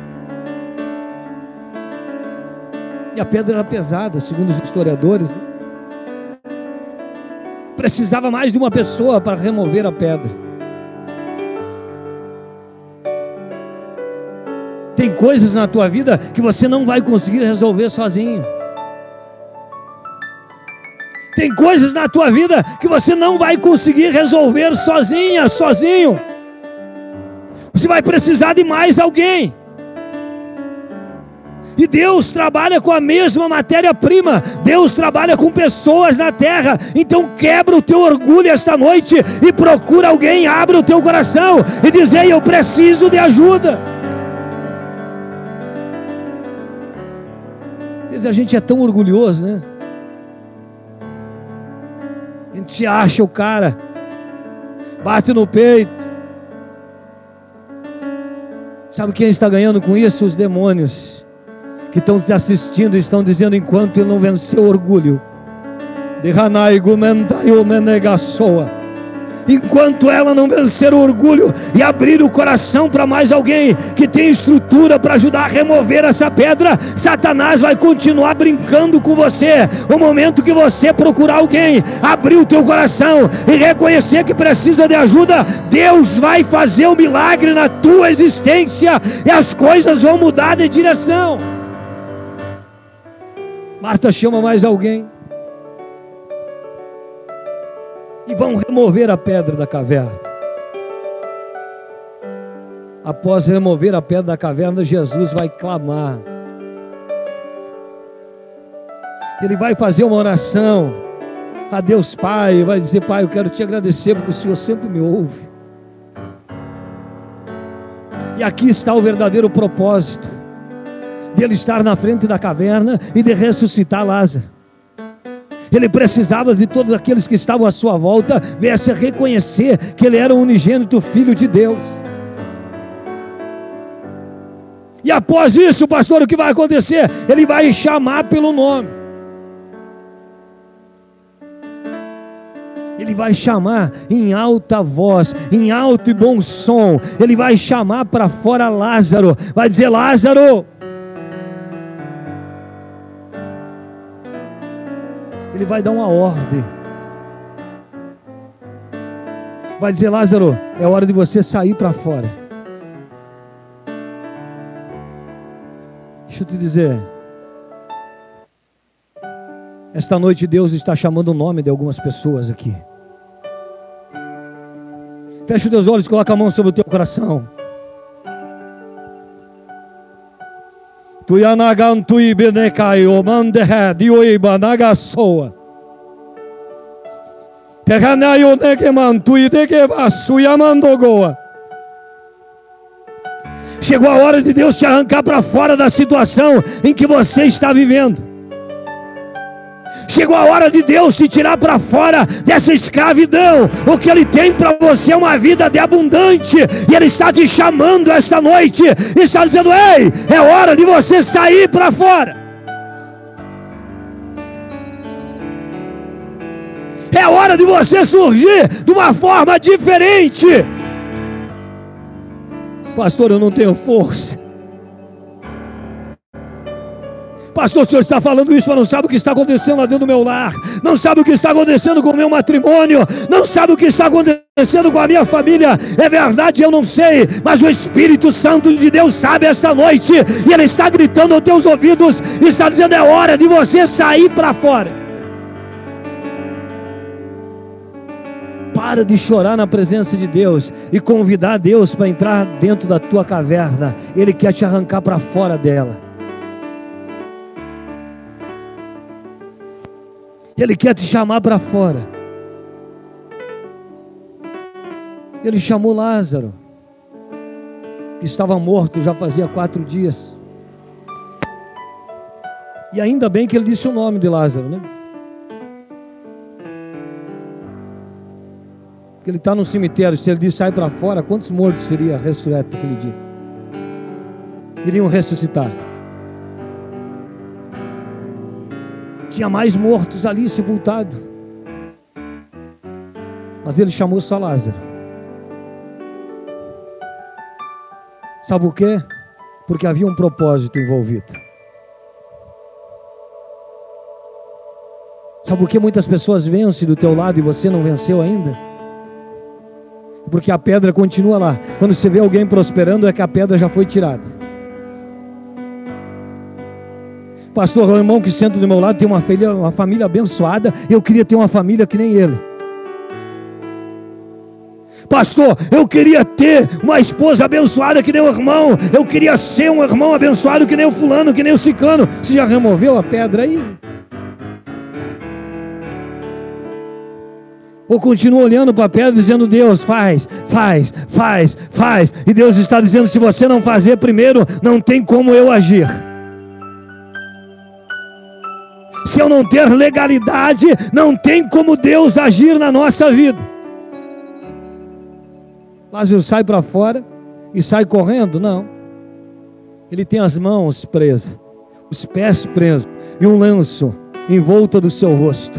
E a pedra era pesada, segundo os historiadores, né? Precisava mais de uma pessoa para remover a pedra. Tem coisas na tua vida que você não vai conseguir resolver sozinho. Tem coisas na tua vida que você não vai conseguir resolver sozinha, sozinho. Você vai precisar de mais alguém. E Deus trabalha com a mesma matéria-prima. Deus trabalha com pessoas na terra. Então quebra o teu orgulho esta noite e procura alguém, abre o teu coração e diz: ei, eu preciso de ajuda. A gente é tão orgulhoso, né? A gente acha o cara, bate no peito. Sabe quem está ganhando com isso? Os demônios que estão te assistindo, estão dizendo: enquanto ele não venceu o orgulho, enquanto ela não vencer o orgulho e abrir o coração para mais alguém que tem estrutura para ajudar a remover essa pedra, Satanás vai continuar brincando com você. O momento que você procurar alguém, abrir o teu coração e reconhecer que precisa de ajuda, Deus vai fazer um milagre na tua existência e as coisas vão mudar de direção. Marta chama mais alguém e vão remover a pedra da caverna. Após remover a pedra da caverna, Jesus vai clamar. Ele vai fazer uma oração a Deus Pai, vai dizer: Pai, eu quero te agradecer porque o Senhor sempre me ouve. E aqui está o verdadeiro propósito dele estar na frente da caverna e de ressuscitar Lázaro. Ele precisava de todos aqueles que estavam à sua volta viessem reconhecer que ele era o unigênito Filho de Deus. E após isso, pastor, o que vai acontecer? Ele vai chamar pelo nome. Ele vai chamar em alta voz, em alto e bom som. Ele vai chamar para fora Lázaro. Vai dizer: Lázaro. Ele vai dar uma ordem. Vai dizer: Lázaro, é hora de você sair para fora. Deixa eu te dizer, esta noite Deus está chamando o nome de algumas pessoas aqui. Fecha os teus olhos, coloca a mão sobre o teu coração. Tu yanagantu ibenekai o mandehe dioiba nagasoa. Teganayo negemantu idegevasu yamandogoa. Chegou a hora de Deus te arrancar para fora da situação em que você está vivendo. Chegou a hora de Deus te tirar para fora dessa escravidão. O que Ele tem para você é uma vida de abundante. E Ele está te chamando esta noite. Está dizendo: ei, é hora de você sair para fora. É hora de você surgir de uma forma diferente. Pastor, eu não tenho força. Pastor, o senhor está falando isso, mas não sabe o que está acontecendo lá dentro do meu lar. Não sabe o que está acontecendo com o meu matrimônio. Não sabe o que está acontecendo com a minha família. É verdade, eu não sei. Mas o Espírito Santo de Deus sabe esta noite. E Ele está gritando aos teus ouvidos. E está dizendo: é hora de você sair para fora. Para de chorar na presença de Deus e convidar Deus para entrar dentro da tua caverna. Ele quer te arrancar para fora dela. Ele quer te chamar para fora. Ele chamou Lázaro, que estava morto já fazia 4 dias. E ainda bem que ele disse o nome de Lázaro, né? Porque ele está no cemitério. Se ele disse sai para fora, quantos mortos seria ressurreto aquele dia? Iriam ressuscitar. Tinha mais mortos ali sepultados. Mas ele chamou só Lázaro. Sabe o quê? Porque havia um propósito envolvido. Sabe por que muitas pessoas vencem do teu lado e você não venceu ainda? Porque a pedra continua lá. Quando você vê alguém prosperando, é que a pedra já foi tirada. Pastor, o irmão que senta do meu lado tem uma família abençoada. Eu queria ter uma família que nem ele. Pastor, eu queria ter uma esposa abençoada que nem o irmão. Eu queria ser um irmão abençoado que nem o fulano, que nem o ciclano. Você já removeu a pedra aí? Ou continua olhando para a pedra dizendo: Deus, faz. E Deus está dizendo: se você não fazer primeiro, não tem como eu agir. Se eu não ter legalidade, não tem como Deus agir na nossa vida. Lázaro sai para fora e sai correndo? Não. Ele tem as mãos presas, os pés presos e um lenço em volta do seu rosto.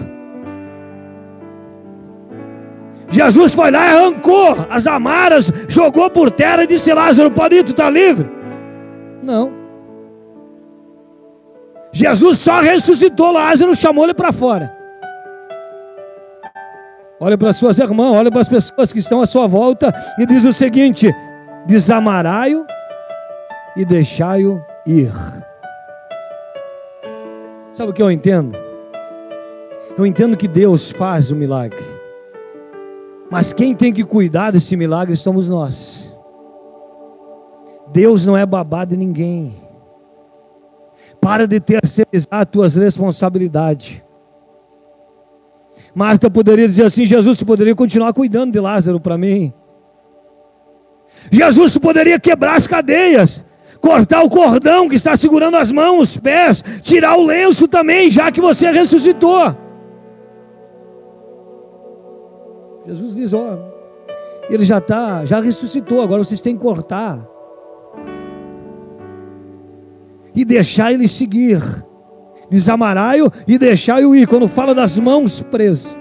Jesus foi lá e arrancou as amarras, jogou por terra e disse: Lázaro, pode ir, tu está livre? Não. Jesus só ressuscitou Lázaro, chamou ele para fora. Olha para as suas irmãs, olha para as pessoas que estão à sua volta e diz o seguinte: desamarai-o e deixai-o ir. Sabe o que eu entendo? Eu entendo que Deus faz o milagre, mas quem tem que cuidar desse milagre somos nós. Deus não é babá de ninguém. Para de terceirizar as tuas responsabilidades. Marta poderia dizer assim: Jesus, você poderia continuar cuidando de Lázaro para mim. Jesus, você poderia quebrar as cadeias, cortar o cordão que está segurando as mãos, os pés, tirar o lenço também, já que você ressuscitou. Jesus diz: ó, ele já ressuscitou, agora vocês têm que cortar. e deixai-lhe seguir. Desamarrai-o e deixai-o ir. Quando fala das mãos presas,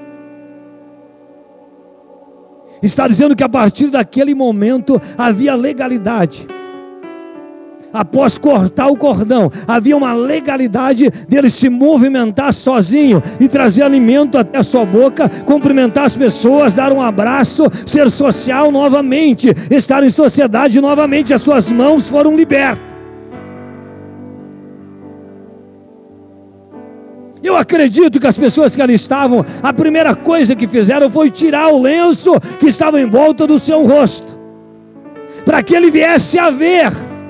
está dizendo que a partir daquele momento havia legalidade. Após cortar o cordão, havia uma legalidade dele se movimentar sozinho e trazer alimento até a sua boca, cumprimentar as pessoas, dar um abraço, ser social novamente, estar em sociedade novamente. As suas mãos foram libertas. Eu acredito que as pessoas que ali estavam, a primeira coisa que fizeram foi tirar o lenço que estava em volta do seu rosto, para que ele viesse a ver.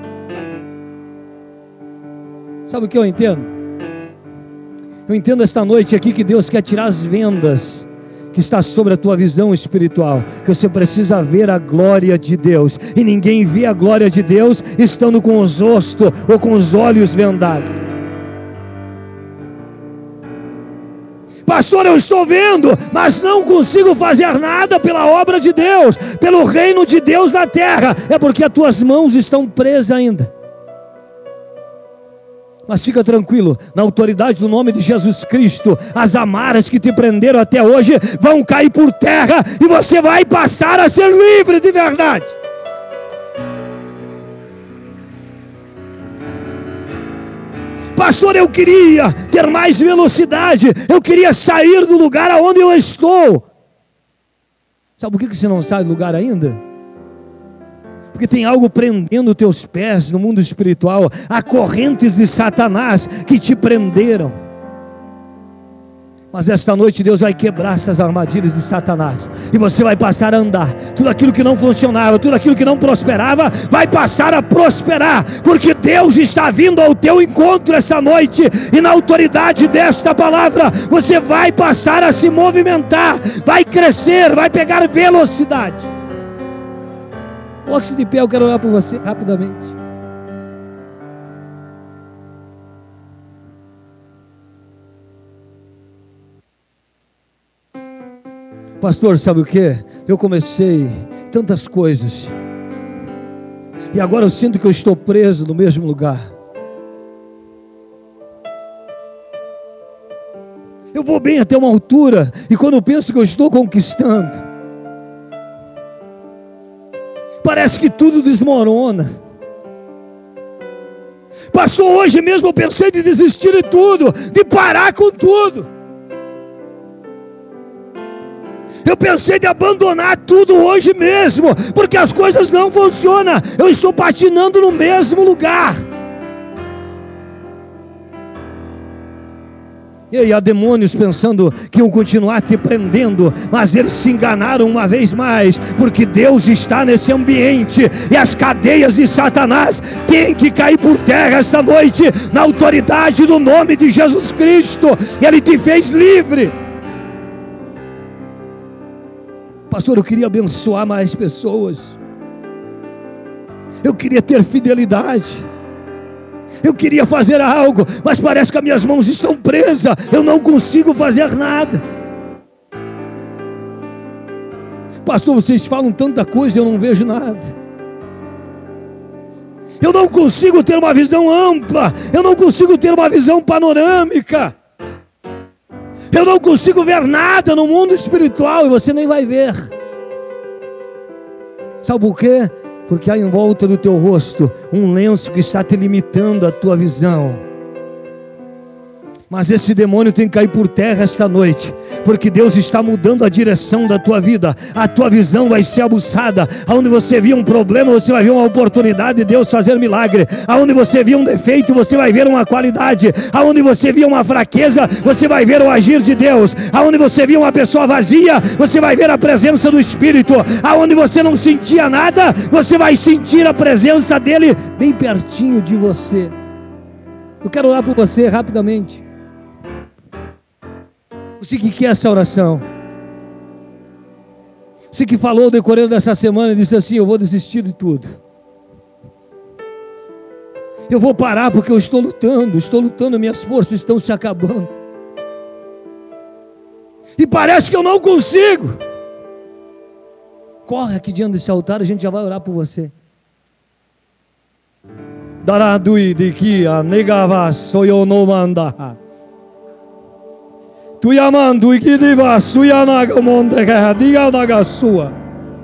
Sabe o que eu entendo? Eu entendo esta noite aqui que Deus quer tirar as vendas que está sobre a tua visão espiritual, que você precisa ver a glória de Deus, e ninguém vê a glória de Deus estando com os rostos ou com os olhos vendados. Pastor, eu estou vendo, mas não consigo fazer nada pela obra de Deus, pelo reino de Deus na terra. É porque as tuas mãos estão presas ainda. Mas fica tranquilo, na autoridade do nome de Jesus Cristo, as amarras que te prenderam até hoje vão cair por terra e você vai passar a ser livre de verdade. Pastor, eu queria ter mais velocidade, eu queria sair do lugar aonde eu estou. Sabe por que você não sai do lugar ainda? Porque tem algo prendendo teus pés no mundo espiritual. Há correntes de Satanás que te prenderam. Mas esta noite Deus vai quebrar essas armadilhas de Satanás, e você vai passar a andar. Tudo aquilo que não funcionava, tudo aquilo que não prosperava, vai passar a prosperar, porque Deus está vindo ao teu encontro esta noite, e na autoridade desta palavra, você vai passar a se movimentar, vai crescer, vai pegar velocidade. Coloque-se de pé, eu quero orar por você rapidamente. Pastor, sabe o que? Eu comecei tantas coisas, e agora eu sinto que eu estou preso no mesmo lugar. Eu vou bem até uma altura, e quando eu penso que eu estou conquistando, parece que tudo desmorona. Pastor, hoje mesmo eu pensei de desistir de tudo, de parar com tudo. Eu pensei de abandonar tudo hoje mesmo, porque as coisas não funcionam. Eu estou patinando no mesmo lugar. E há demônios pensando que iam continuar te prendendo, mas eles se enganaram uma vez mais, porque Deus está nesse ambiente, e as cadeias de Satanás têm que cair por terra esta noite, na autoridade do nome de Jesus Cristo. Ele te fez livre. Pastor, eu queria abençoar mais pessoas, eu queria ter fidelidade, eu queria fazer algo, mas parece que as minhas mãos estão presas, eu não consigo fazer nada. Pastor, vocês falam tanta coisa e eu não vejo nada. Eu não consigo ter uma visão ampla, eu não consigo ter uma visão panorâmica, eu não consigo ver nada no mundo espiritual, e você nem vai ver. Sabe por quê? Porque há em volta do teu rosto um lenço que está te limitando a tua visão. Mas esse demônio tem que cair por terra esta noite, porque Deus está mudando a direção da tua vida. A tua visão vai ser aguçada. Aonde você via um problema, você vai ver uma oportunidade de Deus fazer milagre. Aonde você via um defeito, você vai ver uma qualidade. Aonde você via uma fraqueza, você vai ver o agir de Deus. Aonde você via uma pessoa vazia, você vai ver a presença do Espírito. Aonde você não sentia nada, você vai sentir a presença dele bem pertinho de você. Eu quero orar por você rapidamente. Você que quer essa oração, você que falou decorando dessa semana e disse assim: eu vou desistir de tudo, eu vou parar porque eu estou lutando, minhas forças estão se acabando, e parece que eu não consigo. Corre aqui diante desse altar, a gente já vai orar por você. Daradui de kia negava soyonomanda. Tuyamandu ikidiva suyanagomonde diga nagasua.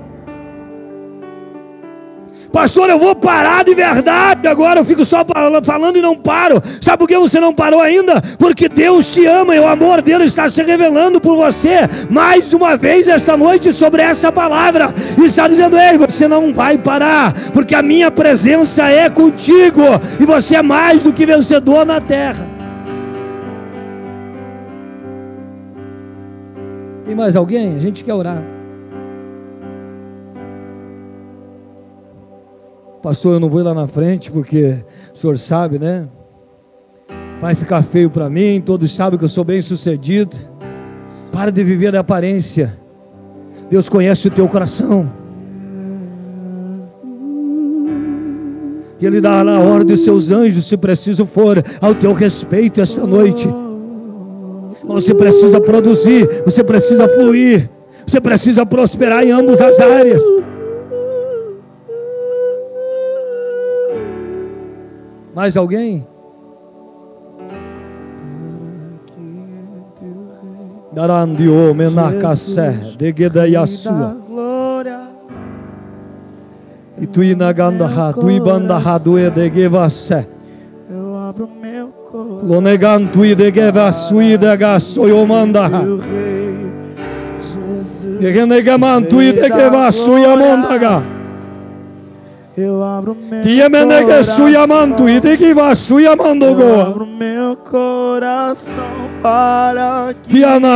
Pastor, eu vou parar de verdade agora, eu fico só falando e não paro. Sabe por que você não parou ainda? Porque Deus te ama e o amor dele está se revelando por você mais uma vez esta noite sobre essa palavra. E está dizendo: ei, você não vai parar, porque a minha presença é contigo e você é mais do que vencedor na terra. Tem mais alguém? A gente quer orar. Pastor, eu não vou ir lá na frente porque o senhor sabe, né? Vai ficar feio para mim, todos sabem que eu sou bem sucedido. Para de viver de aparência. Deus conhece o teu coração. E Ele dará a ordem dos seus anjos, se preciso for, ao teu respeito esta noite. Você precisa produzir, você precisa fluir, você precisa prosperar em ambas as áreas. Mais alguém? Darandio menacasé degedayasua. E tu inagandaha, tu ibandaha duedegevasé. Eu abro meu coração. Lonegantu idegevasui degasoyomandaha. Degenegamantu idegevasui amondaga. Eu abro meu coração para que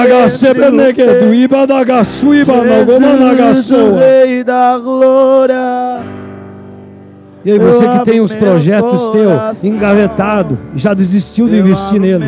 Jesus, o Rei da Glória. E aí você que tem os projetos teus engavetados, já desistiu de investir nele.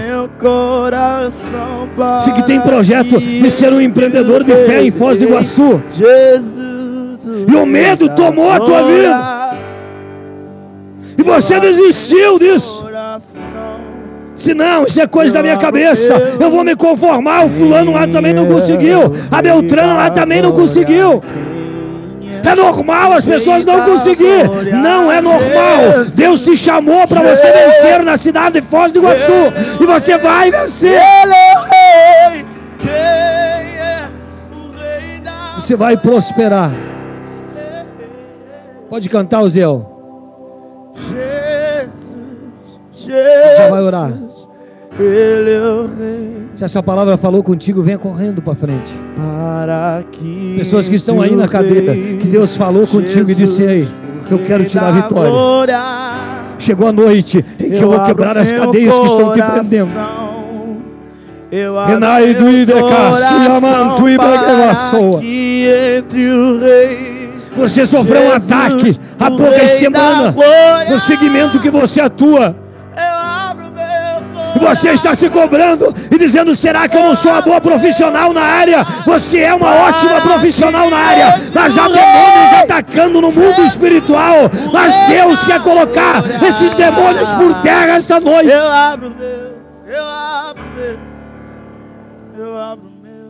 Você que tem projeto de ser um empreendedor de fé em Foz do Iguaçu, e o medo tomou a tua vida, e você desistiu disso. Se não, isso é coisa da minha cabeça, eu vou me conformar. O fulano lá também não conseguiu, a Beltrana lá também não conseguiu. É normal as pessoas não conseguir. Não é normal. Deus te chamou para você vencer na cidade de Foz do Iguaçu, e você vai vencer. Você vai prosperar. Pode cantar, Uziel. Já vai orar. Se essa palavra falou contigo, venha correndo para frente. Pessoas que estão aí na cadeira, que Deus falou contigo e disse: ei, eu quero te dar vitória. Chegou a noite em que eu vou quebrar as cadeias que estão te prendendo. Renai do entre o rei. Você sofreu um ataque há poucas semanas no segmento que você atua. E você está se cobrando e dizendo: será que eu não sou uma boa profissional na área? Você é uma ótima profissional na área, mas há demônios atacando no mundo espiritual. Mas Deus quer colocar esses demônios por terra esta noite. Eu abro meu.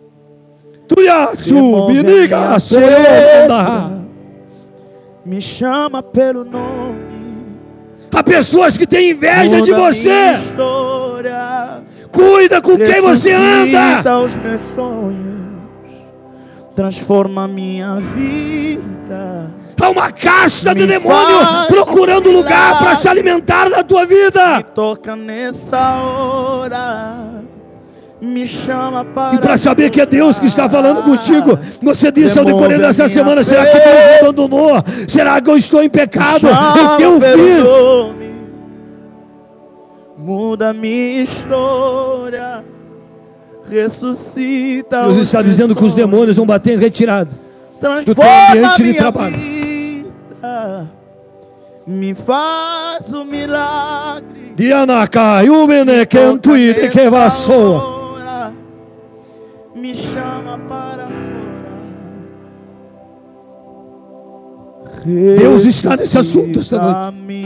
Me chama pelo nome. Há pessoas que têm inveja de você. Cuida com quem você anda. Os meus sonhos, transforma minha vida. Há uma casta de demônio procurando lugar para se alimentar da tua vida. Me toca nessa hora. Me chama para. E para saber que é Deus que está falando contigo, você disse ao decorrer dessa semana: será que Deus me abandonou? Será que eu estou em pecado? O que eu fiz? Muda minha história, ressuscita. Deus está dizendo que os demônios vão bater em retirada do teu ambiente de trabalho. Me faz um milagre. Diana caiu, menekentui de que vassoa. Me chama para fora. Deus está nesse assunto esta noite.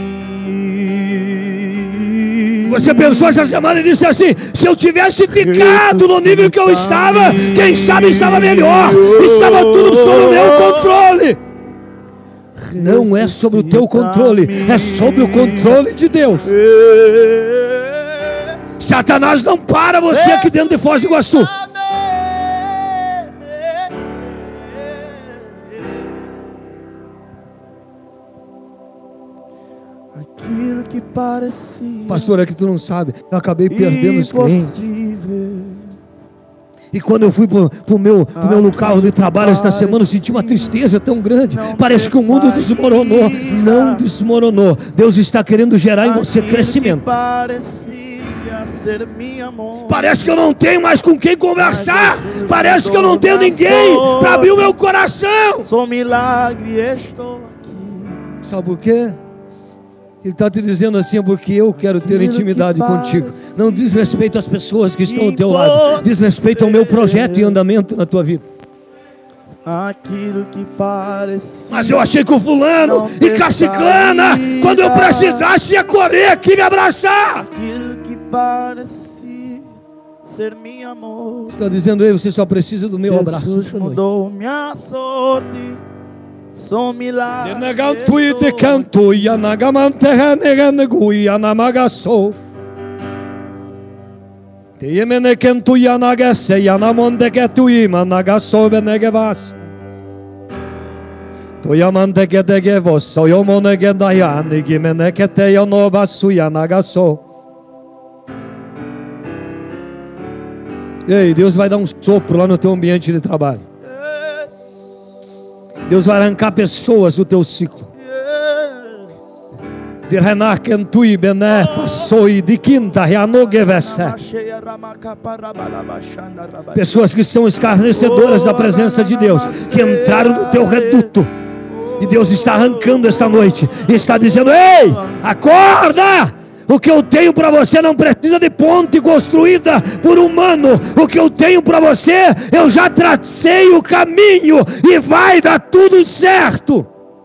Você pensou essa semana e disse assim: se eu tivesse ficado no nível que eu estava, quem sabe estava melhor. Estava tudo sob o meu controle. Não é sobre o teu controle, é sobre o controle de Deus. Satanás não para você aqui dentro de Foz do Iguaçu. Aquilo que parecia, Pastor, é que tu não sabe, eu acabei perdendo os clientes. impossível. E quando eu fui pro meu local de trabalho esta semana, eu senti uma tristeza tão grande. Parece que o mundo desmoronou. Não desmoronou. Deus está querendo gerar em você Aquilo crescimento. que parecia ser minha mão. Parece que eu não tenho mais com quem conversar. Parece que eu não tenho ninguém para abrir o meu coração. Sou milagre, estou aqui. Sabe por quê? Ele está te dizendo assim, é porque eu quero ter intimidade contigo. Não diz respeito às pessoas que estão ao teu lado. Diz respeito ao meu projeto e andamento na tua vida. Aquilo que parecia. Mas eu achei que o fulano e que a ciclana, quando eu precisasse, ia correr aqui me abraçar. Aquilo que parecia ser minha amor. Está dizendo, ei, você só precisa do meu abraço. Jesus mudou minha sorte. Sou milagre. Negantuite canto ya nagamanteha neganeguya namagaso. Te yemene kentu ya nagase ya namonde ketu ima nagaso benegevas. To yamante kedegevos so yomone gedayani gimene kete ya novasu ya nagaso. Ei, Deus vai dar um sopro lá no teu ambiente de trabalho. Deus vai arrancar pessoas do teu ciclo. De renar kentui benefa soi de quinta reanogevessa. Pessoas que são escarnecedoras da presença de Deus, que entraram no teu reduto. E Deus está arrancando esta noite. E está dizendo, ei, acorda! O que eu tenho para você não precisa de ponte construída por humano. O que eu tenho para você, eu já tracei o caminho e vai dar tudo certo.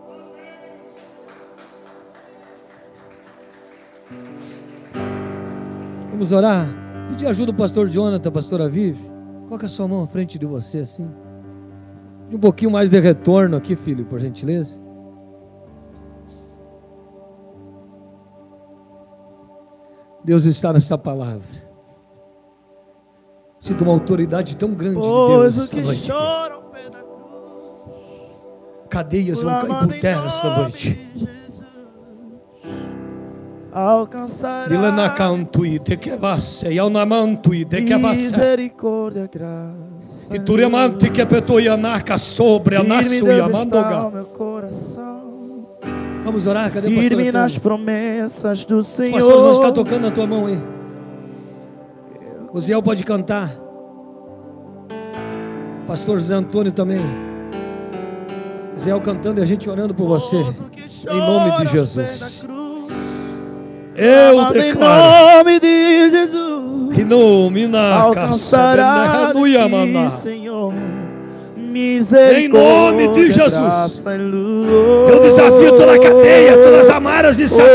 Vamos orar? Pedir ajuda ao pastor Jonathan, pastor Aviv. Coloca a sua mão à frente de você assim. Um pouquinho mais de retorno aqui, filho, por gentileza. Deus está nessa palavra. Sinto uma autoridade tão grande de Deus esta noite. Cadeias vão cair por terra esta noite. Misericórdia, graça. E turiamante que petoianaca sobre a naço e a mandoga. Meu coração. Vamos orar, cadê o pastor? Firme nas promessas do Senhor. Os pastores vão estar tocando na tua mão aí. O Zé pode cantar. Pastor José Antônio também. O Zé cantando e a gente orando por você. Em nome de Jesus. Eu declaro. Em nome de Jesus. Que nomina alcançará de Senhor. Em nome de Jesus. Eu desafio toda a cadeia, todas as amarras de Satanás.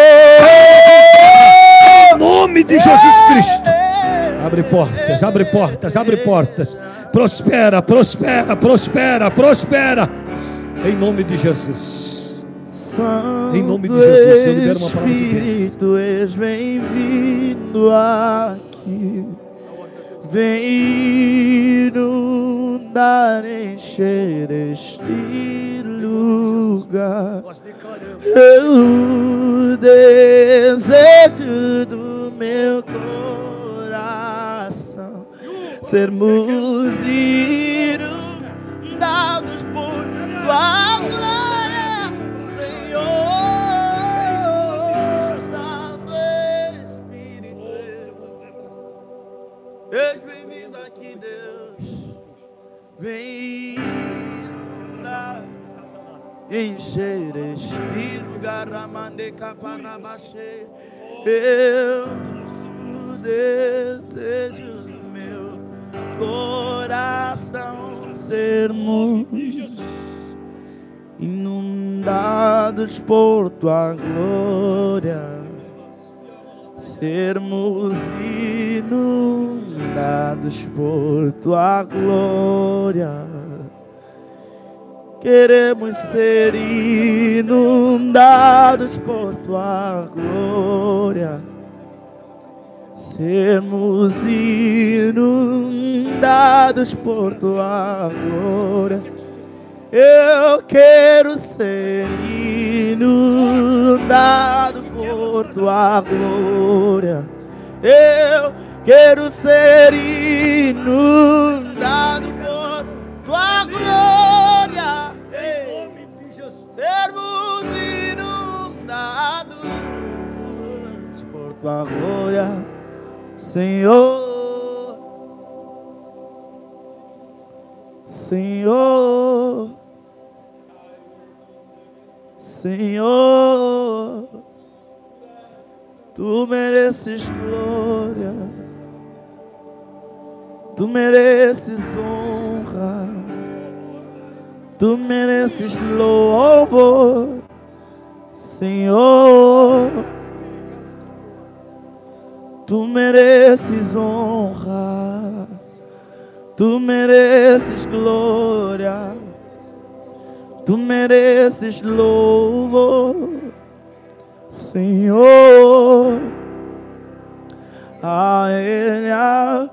Em nome de Jesus Cristo. Abre portas, abre portas, abre portas. Prospera, prospera, prospera, prospera. Em nome de Jesus. Em nome de Jesus. Eu libero uma palavra de Espírito, és bem-vindo aqui. Vem inundar, encher este lugar. O desejo do meu coração, sermos inundados por tua glória, Senhor. Santo Espírito, és bem-vindo aqui, Deus. Vem inundar, encher este lugar, amande capanabaxê. Eu desejo do meu coração sermos inundados por tua glória. Sermos inundados por tua glória. queremos ser inundados por tua glória. Sermos inundados por tua glória. Eu quero ser inundado por tua glória. Eu quero ser inundado por tua glória. Sermos inundados por tua glória, Senhor. Senhor, Senhor, tu mereces glória, tu mereces honra, tu mereces louvor, Senhor. Tu mereces honra, tu mereces glória, tu mereces louvor, Senhor. A Ele a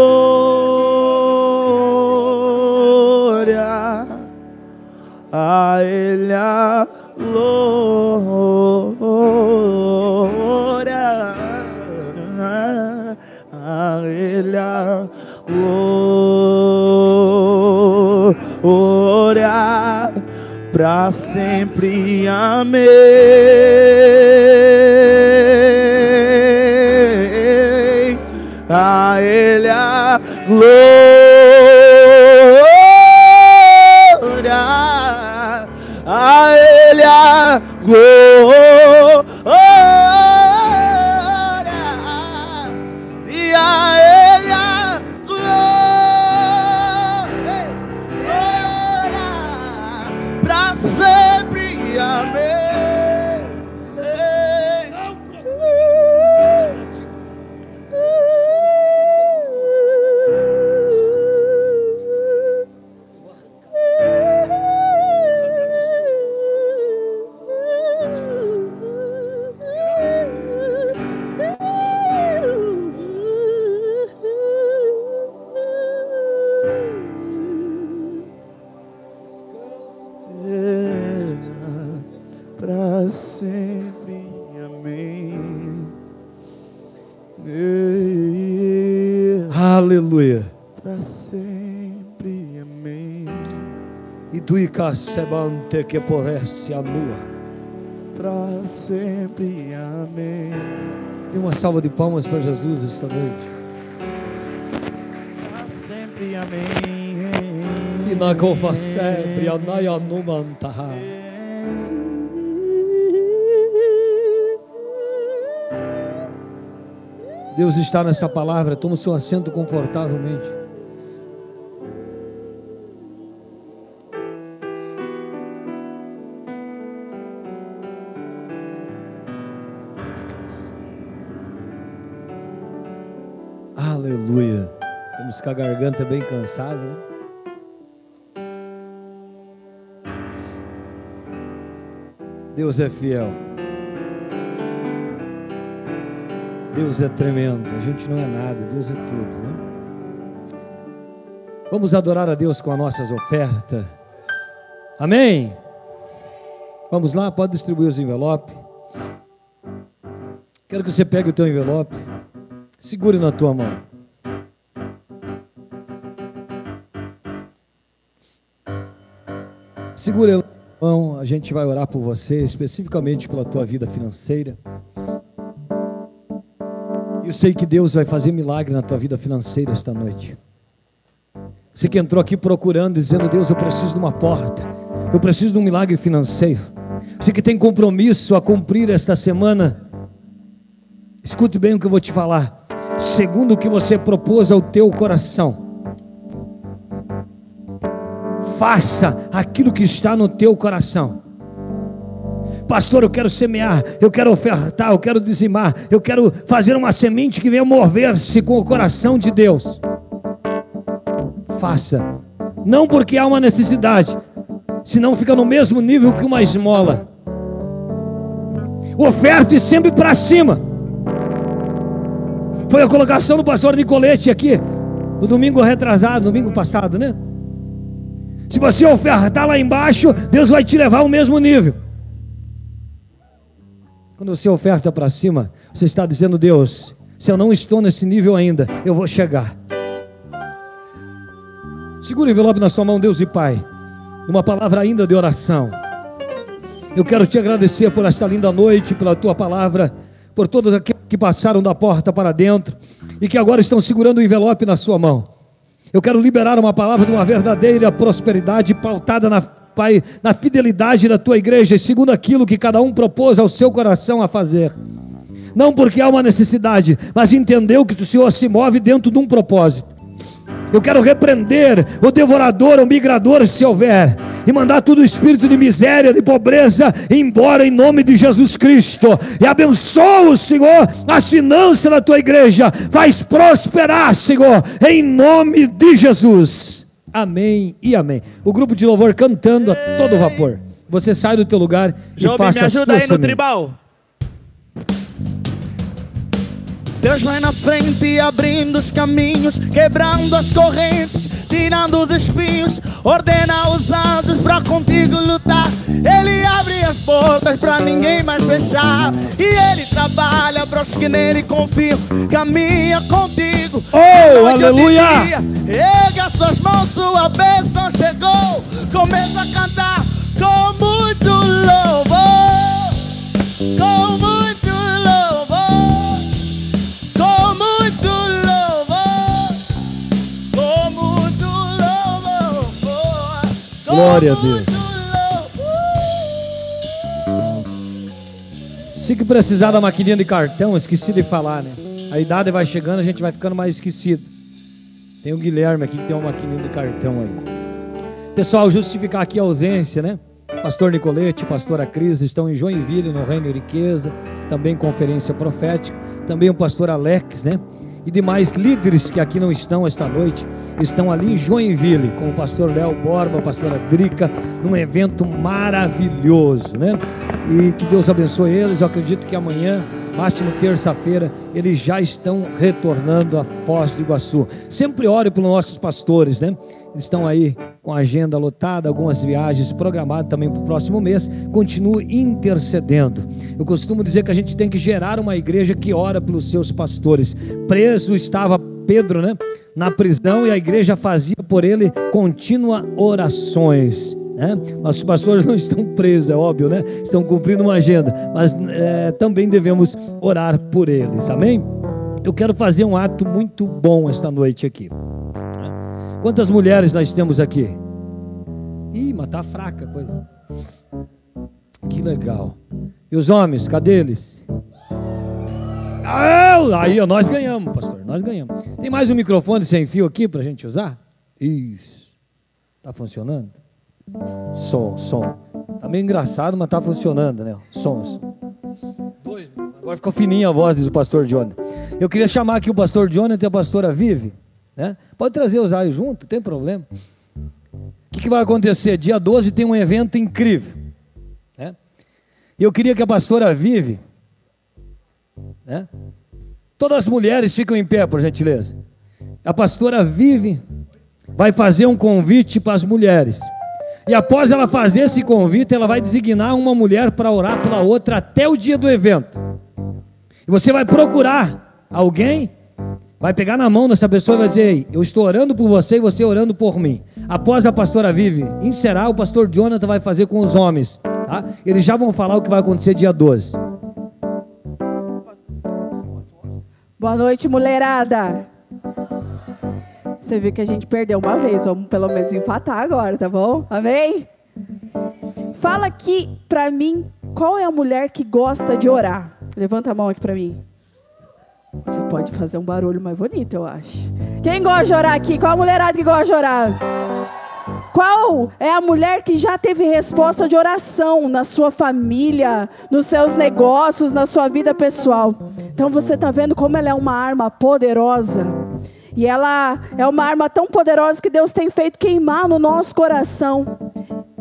glória, a Ele a glória, a Ele a glória, pra sempre, amém. A Ele a glória, a Ele a glória, e a Ele a glória, pra sempre, amém. Pra sempre, amém. Aleluia. Pra sempre, amém. E tu icacebante que poresse a nua. Pra sempre, amém. Dê uma salva de palmas para Jesus esta noite. Pra sempre, amém. E na cofa sempre, a naia no mantarra. Deus está nessa palavra. Toma o seu assento confortavelmente. Aleluia. Temos com a garganta bem cansada, né? Deus é fiel. Deus é tremendo, a gente não é nada, Deus é tudo, né? Vamos adorar a Deus com as nossas ofertas. Amém? Vamos lá, pode distribuir os envelopes. Quero que você pegue o teu envelope, segure na tua mão. Segure a mão, a gente vai orar por você, especificamente pela tua vida financeira. Eu sei que Deus vai fazer milagre na tua vida financeira esta noite. Você que entrou aqui procurando, dizendo: Deus, eu preciso de uma porta, eu preciso de um milagre financeiro. Você que tem compromisso a cumprir esta semana, escute bem o que eu vou te falar. Segundo o que você propôs ao teu coração, faça aquilo que está no teu coração. Pastor, eu quero semear, eu quero ofertar, eu quero dizimar, eu quero fazer uma semente que venha mover-se com o coração de Deus. Faça, não porque há uma necessidade, senão fica no mesmo nível que uma esmola. Oferte sempre para cima. Foi a colocação do pastor Nicolete aqui, no domingo retrasado, domingo passado, né? Se você ofertar lá embaixo, Deus vai te levar ao mesmo nível. Quando você oferta para cima, você está dizendo: Deus, se eu não estou nesse nível ainda, eu vou chegar. Segura o envelope na sua mão, Deus e Pai, uma palavra ainda de oração. Eu quero te agradecer por esta linda noite, pela tua palavra, por todos aqueles que passaram da porta para dentro e que agora estão segurando o envelope na sua mão. Eu quero liberar uma palavra de uma verdadeira prosperidade pautada Pai, na fidelidade da tua igreja, segundo aquilo que cada um propôs ao seu coração a fazer. Não porque há uma necessidade, mas entendeu que o Senhor se move dentro de um propósito. Eu quero repreender o devorador, o migrador, se houver, e mandar todo o espírito de miséria, de pobreza embora em nome de Jesus Cristo. E abençoa o Senhor as finanças da tua igreja, faz prosperar, Senhor, em nome de Jesus. Amém e amém. O grupo de louvor cantando a todo vapor. Você sai do teu lugar e Job, faça me ajuda aí no semente. tribal. Deus vai na frente, abrindo os caminhos, quebrando as correntes, tirando os espinhos, ordena os anjos pra contigo lutar. Ele abre as portas pra ninguém mais fechar, e ele trabalha pros que nele confiam, caminha contigo. Oh, aleluia! Erga as suas mãos, sua bênção chegou. Começa a cantar com muito louvor, com muito louvor, com muito louvor, com muito louvor. Glória a Deus. Se que precisar da maquininha de cartão, esqueci de falar, né? A idade vai chegando, a gente vai ficando mais esquecido. Tem o Guilherme aqui que tem uma maquininha de cartão aí. Pessoal, justificar aqui a ausência, né? Pastor Nicolete, pastora Cris estão em Joinville, no Reino Riqueza, também conferência profética, também o pastor Alex, né? E demais líderes que aqui não estão esta noite, estão ali em Joinville, com o pastor Léo Borba, a pastora Drica, num evento maravilhoso, né? E que Deus abençoe eles. Eu acredito que amanhã, máximo terça-feira, eles já estão retornando a Foz do Iguaçu. Sempre ore pelos nossos pastores, né? Eles estão aí com a agenda lotada, algumas viagens programadas também para o próximo mês. Continue intercedendo. Eu costumo dizer que a gente tem que gerar uma igreja que ora pelos seus pastores. Preso estava Pedro, né? Na prisão, e a igreja fazia por ele contínua orações, né? Nossos pastores não estão presos, é óbvio, né? Estão cumprindo uma agenda, mas também devemos orar por eles, amém? Eu quero fazer um ato muito bom esta noite aqui. Quantas mulheres nós temos aqui? Ih, mas tá fraca a coisa. Que legal. E os homens, cadê eles? Aí, ó, nós ganhamos, pastor, nós ganhamos. Tem mais um microfone sem fio aqui pra gente usar? Isso. Tá funcionando? Som. Tá meio engraçado, mas tá funcionando, né? Som. Agora ficou fininha a voz, diz o pastor Johnny. Eu queria chamar aqui o pastor Johnny e a pastora Vive, né? Pode trazer os aios junto, não tem problema. O que vai acontecer? Dia 12 tem um evento incrível, né? E eu queria que a pastora Vive, né? Todas as mulheres ficam em pé, por gentileza. A pastora Vive vai fazer um convite para as mulheres. E após ela fazer esse convite, ela vai designar uma mulher para orar pela outra até o dia do evento. E você vai procurar alguém, vai pegar na mão dessa pessoa e vai dizer: ei, eu estou orando por você e você orando por mim. Após a pastora Vive encerrar, o pastor Jonathan vai fazer com os homens, tá? Eles já vão falar o que vai acontecer dia 12. Boa noite, mulherada. Você viu que a gente perdeu uma vez, vamos pelo menos empatar agora, tá bom? Amém? Fala aqui pra mim, qual é a mulher que gosta de orar? Levanta a mão aqui pra mim. Você pode fazer um barulho mais bonito, eu acho. Quem gosta de orar aqui? Qual a mulherada que gosta de orar? Qual é a mulher que já teve resposta de oração na sua família, nos seus negócios, na sua vida pessoal? Então você está vendo como ela é uma arma poderosa. E ela é uma arma tão poderosa que Deus tem feito queimar no nosso coração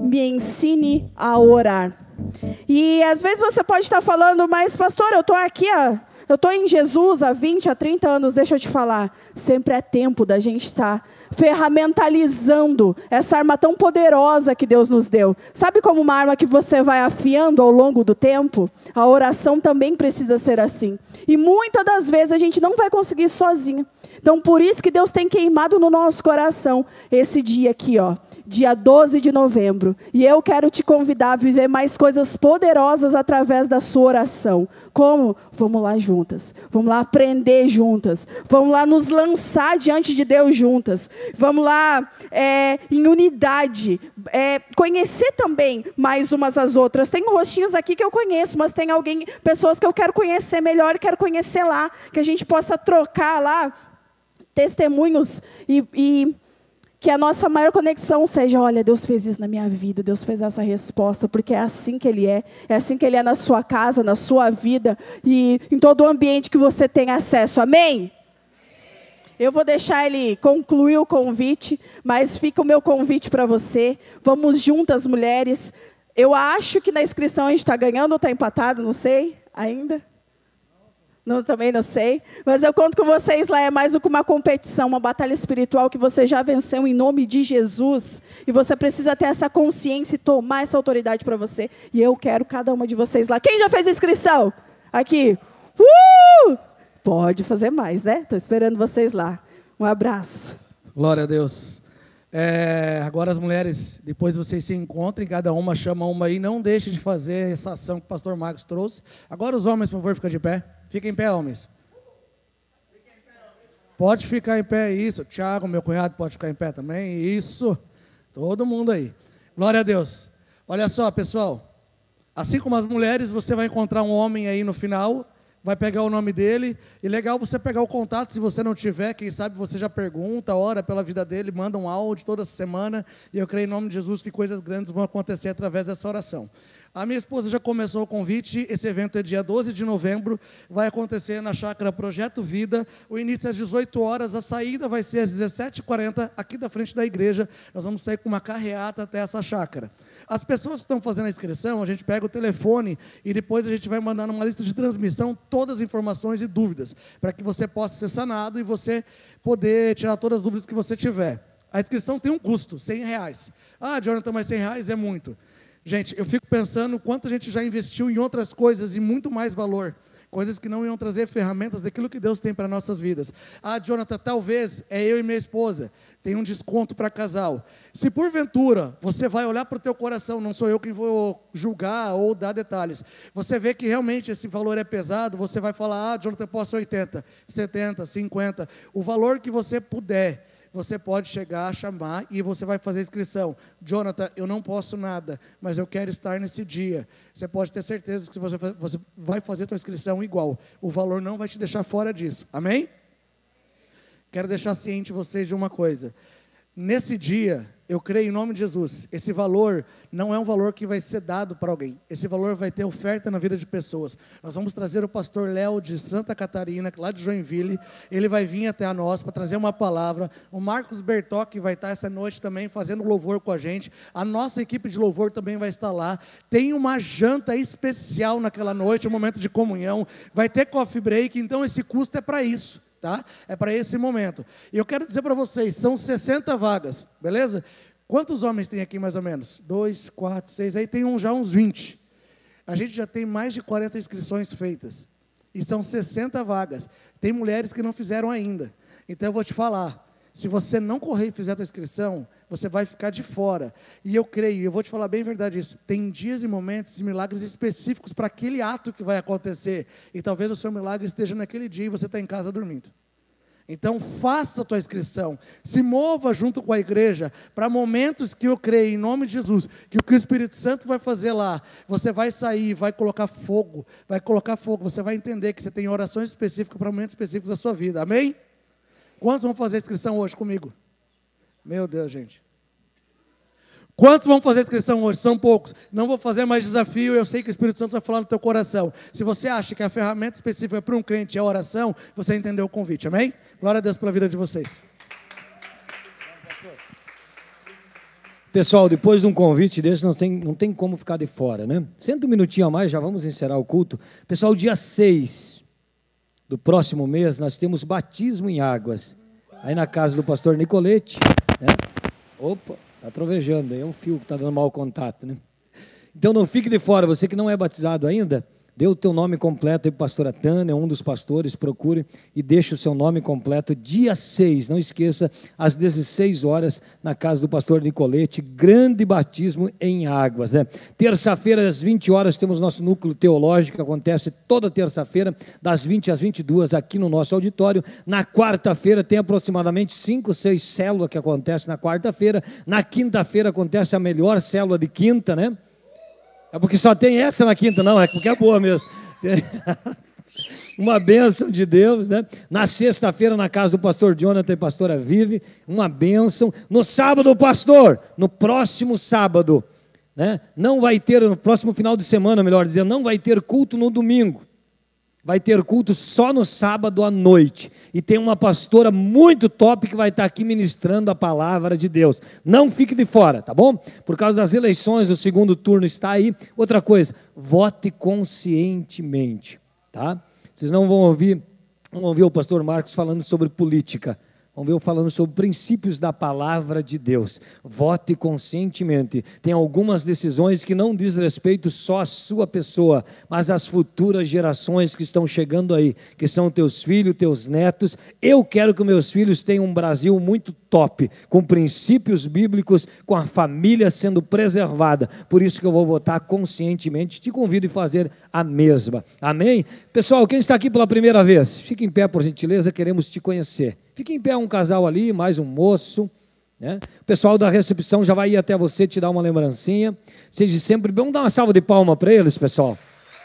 me ensine a orar. E às vezes você pode estar falando, mas pastor, eu estou aqui, eu estou em Jesus há 20, há 30 anos, deixa eu te falar. Sempre é tempo da gente estar ferramentalizando essa arma tão poderosa que Deus nos deu. Sabe como uma arma que você vai afiando ao longo do tempo? A oração também precisa ser assim. E muitas das vezes a gente não vai conseguir sozinho. Então por isso que Deus tem queimado no nosso coração esse dia aqui, ó. Dia 12 de novembro. E eu quero te convidar a viver mais coisas poderosas através da sua oração. Como? Vamos lá juntas. Vamos lá aprender juntas. Vamos lá nos lançar diante de Deus juntas. Vamos lá em unidade. Conhecer também mais umas às outras. Tem rostinhos aqui que eu conheço, mas tem pessoas que eu quero conhecer melhor e quero conhecer lá. Que a gente possa trocar lá testemunhos e que a nossa maior conexão seja, olha, Deus fez isso na minha vida, Deus fez essa resposta, porque é assim que Ele é assim que Ele é na sua casa, na sua vida, e em todo o ambiente que você tem acesso, amém? Eu vou deixar ele concluir o convite, mas fica o meu convite para você, vamos juntas, mulheres. Eu acho que na inscrição a gente está ganhando ou está empatado, não sei, ainda. Não, também não sei, mas eu conto com vocês lá, é mais do que uma competição, uma batalha espiritual que você já venceu em nome de Jesus, e você precisa ter essa consciência e tomar essa autoridade para você, e eu quero cada uma de vocês lá. Quem já fez inscrição? Aqui. Pode fazer mais, né? Estou esperando vocês lá. Um abraço. Glória a Deus. Agora as mulheres, depois vocês se encontrem, cada uma chama uma aí, não deixe de fazer essa ação que o pastor Marcos trouxe. Agora os homens, por favor, ficam de pé. Fiquem em pé, homens. Pode ficar em pé, isso. Tiago, meu cunhado, pode ficar em pé também, isso. Todo mundo aí. Glória a Deus. Olha só, pessoal. Assim como as mulheres, você vai encontrar um homem aí no final, vai pegar o nome dele, e legal você pegar o contato, se você não tiver, quem sabe você já pergunta, ora pela vida dele, manda um áudio toda semana, e eu creio em nome de Jesus que coisas grandes vão acontecer através dessa oração. A minha esposa já começou o convite, esse evento é dia 12 de novembro, vai acontecer na chácara Projeto Vida, o início é às 18 horas, a saída vai ser às 17h40, aqui da frente da igreja, nós vamos sair com uma carreata até essa chácara. As pessoas que estão fazendo a inscrição, a gente pega o telefone e depois a gente vai mandar numa lista de transmissão todas as informações e dúvidas, para que você possa ser sanado e você poder tirar todas as dúvidas que você tiver. A inscrição tem um custo, R$100. Ah, Jonathan, mas R$100 é muito. Gente, eu fico pensando quanto a gente já investiu em outras coisas e muito mais valor. Coisas que não iam trazer ferramentas daquilo que Deus tem para nossas vidas. Ah, Jonathan, talvez eu e minha esposa tem um desconto para casal. Se porventura você vai olhar para o teu coração, não sou eu quem vou julgar ou dar detalhes. Você vê que realmente esse valor é pesado, você vai falar, ah, Jonathan, eu posso 80, 70, 50. O valor que você puder, você pode chegar a chamar e você vai fazer a inscrição. Jonathan, eu não posso nada, mas eu quero estar nesse dia. Você pode ter certeza que você vai fazer a sua inscrição igual. O valor não vai te deixar fora disso. Amém? Quero deixar ciente vocês de uma coisa. Nesse dia, eu creio em nome de Jesus, esse valor não é um valor que vai ser dado para alguém. Esse valor vai ter oferta na vida de pessoas. Nós vamos trazer o pastor Léo de Santa Catarina, lá de Joinville. Ele vai vir até a nós para trazer uma palavra. O Marcos Bertoc vai estar essa noite também fazendo louvor com a gente. A nossa equipe de louvor também vai estar lá. Tem uma janta especial naquela noite, um momento de comunhão. Vai ter coffee break, então esse custo é para isso. Tá? É para esse momento. E eu quero dizer para vocês, são 60 vagas, beleza? Quantos homens tem aqui mais ou menos? 2, 4, 6, aí tem já uns 20. A gente já tem mais de 40 inscrições feitas. E são 60 vagas. Tem mulheres que não fizeram ainda. Então eu vou te falar, se você não correr e fizer a tua inscrição, você vai ficar de fora. E eu creio, eu vou te falar bem a verdade isso, tem dias e momentos e milagres específicos para aquele ato que vai acontecer. E talvez o seu milagre esteja naquele dia e você está em casa dormindo. Então faça a tua inscrição, se mova junto com a igreja para momentos que eu creio em nome de Jesus, que o que o Espírito Santo vai fazer lá, você vai sair, vai colocar fogo, você vai entender que você tem orações específicas para momentos específicos da sua vida, amém? Quantos vão fazer a inscrição hoje comigo? Meu Deus, gente. Quantos vão fazer a inscrição hoje? São poucos. Não vou fazer mais desafio, eu sei que o Espírito Santo vai falar no teu coração. Se você acha que a ferramenta específica para um crente é a oração, você entendeu o convite, amém? Glória a Deus pela vida de vocês. Pessoal, depois de um convite desse, não tem como ficar de fora, né? Senta um minutinho a mais, já vamos encerrar o culto. Pessoal, dia 6 do próximo mês, nós temos batismo em águas. Aí na casa do pastor Nicolete, né? Opa, tá trovejando aí, é um fio que tá dando mau contato, né? Então não fique de fora, você que não é batizado ainda, dê o teu nome completo aí para a pastora Tânia, um dos pastores, procure e deixe o seu nome completo, dia 6, não esqueça, às 16 horas, na casa do pastor Nicolete, grande batismo em águas, né? Terça-feira, às 20 horas, temos nosso núcleo teológico, que acontece toda terça-feira, das 20 às 22, aqui no nosso auditório. Na quarta-feira, tem aproximadamente 5 ou 6 células que acontecem na quarta-feira. Na quinta-feira, acontece a melhor célula de quinta, né? É porque só tem essa na quinta, não, é porque é boa mesmo. Uma bênção de Deus, né? Na sexta-feira, na casa do pastor Jonathan e pastora Vive, uma bênção. No sábado, pastor, no próximo sábado, né? Não vai ter, no próximo final de semana, melhor dizendo, não vai ter culto no domingo. Vai ter culto só no sábado à noite. E tem uma pastora muito top que vai estar aqui ministrando a palavra de Deus. Não fique de fora, tá bom? Por causa das eleições, o segundo turno está aí. Outra coisa, vote conscientemente, tá? Vocês não vão ouvir o pastor Marcos falando sobre política. Vamos ver eu falando sobre princípios da palavra de Deus. Vote conscientemente. Tem algumas decisões que não diz respeito só à sua pessoa, mas às futuras gerações que estão chegando aí, que são teus filhos, teus netos. Eu quero que meus filhos tenham um Brasil muito top, com princípios bíblicos, com a família sendo preservada. Por isso que eu vou votar conscientemente. Te convido a fazer a mesma. Amém? Pessoal, quem está aqui pela primeira vez, fique em pé por gentileza, queremos te conhecer. Fique em pé um casal ali, mais um moço, né? O pessoal da recepção já vai ir até você te dar uma lembrancinha. Seja sempre, vamos dar uma salva de palmas para eles, pessoal.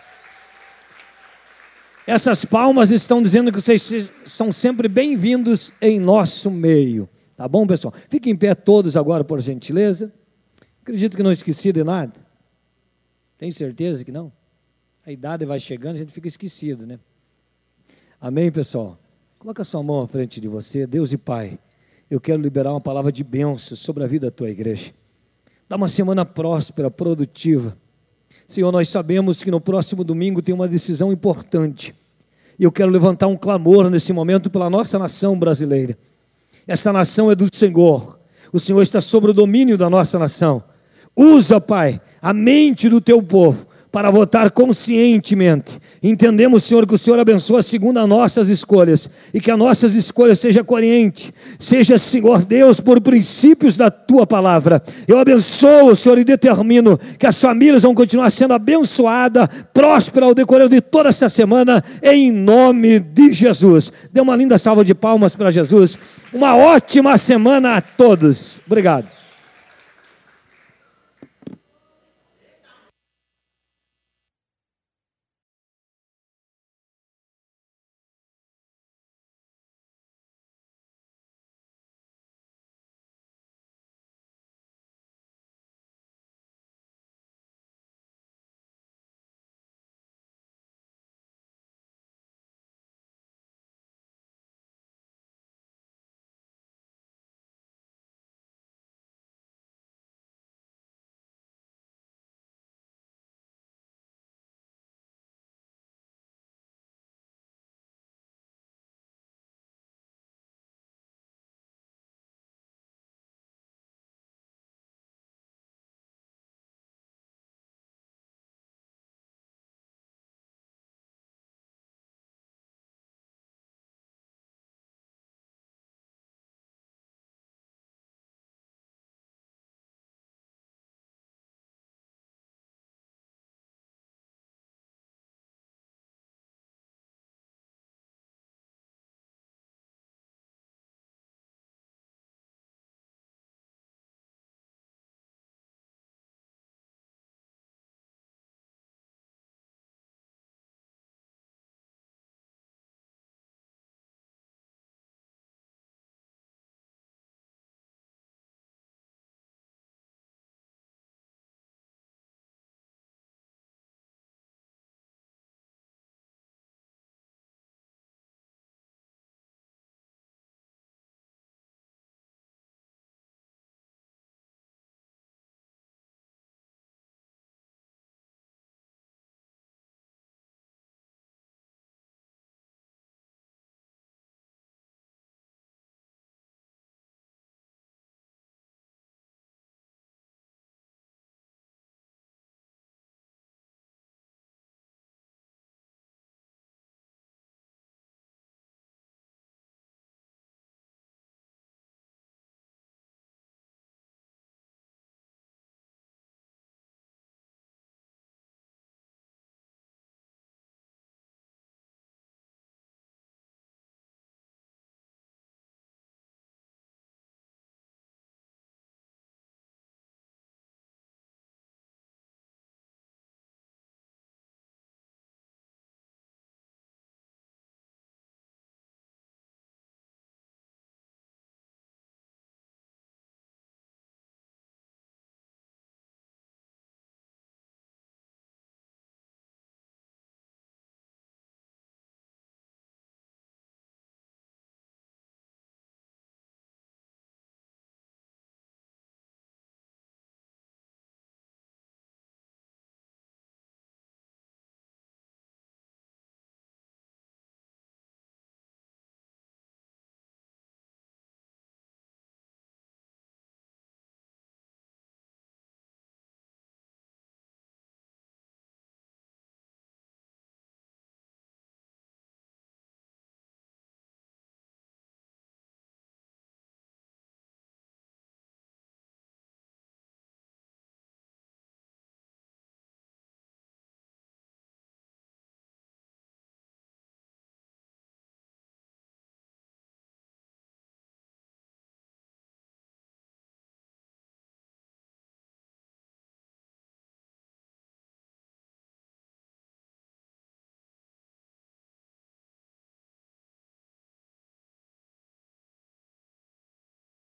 Essas palmas estão dizendo que vocês são sempre bem-vindos em nosso meio. Tá bom, pessoal? Fiquem em pé todos agora, por gentileza. Acredito que não esqueci de nada. Tem certeza que não? A idade vai chegando, a gente fica esquecido, né? Amém, pessoal? Coloca a sua mão à frente de você. Deus e Pai, eu quero liberar uma palavra de bênção sobre a vida da tua igreja. Dá uma semana próspera, produtiva. Senhor, nós sabemos que no próximo domingo tem uma decisão importante. E eu quero levantar um clamor nesse momento pela nossa nação brasileira. Esta nação é do Senhor. O Senhor está sobre o domínio da nossa nação. Usa, Pai, a mente do teu povo para votar conscientemente. Entendemos, Senhor, que o Senhor abençoa segundo as nossas escolhas, e que as nossas escolhas sejam coerentes, seja, Senhor Deus, por princípios da tua palavra. Eu abençoo, Senhor, e determino que as famílias vão continuar sendo abençoadas, prósperas ao decorrer de toda esta semana, em nome de Jesus. Dê uma linda salva de palmas para Jesus. Uma ótima semana a todos. Obrigado.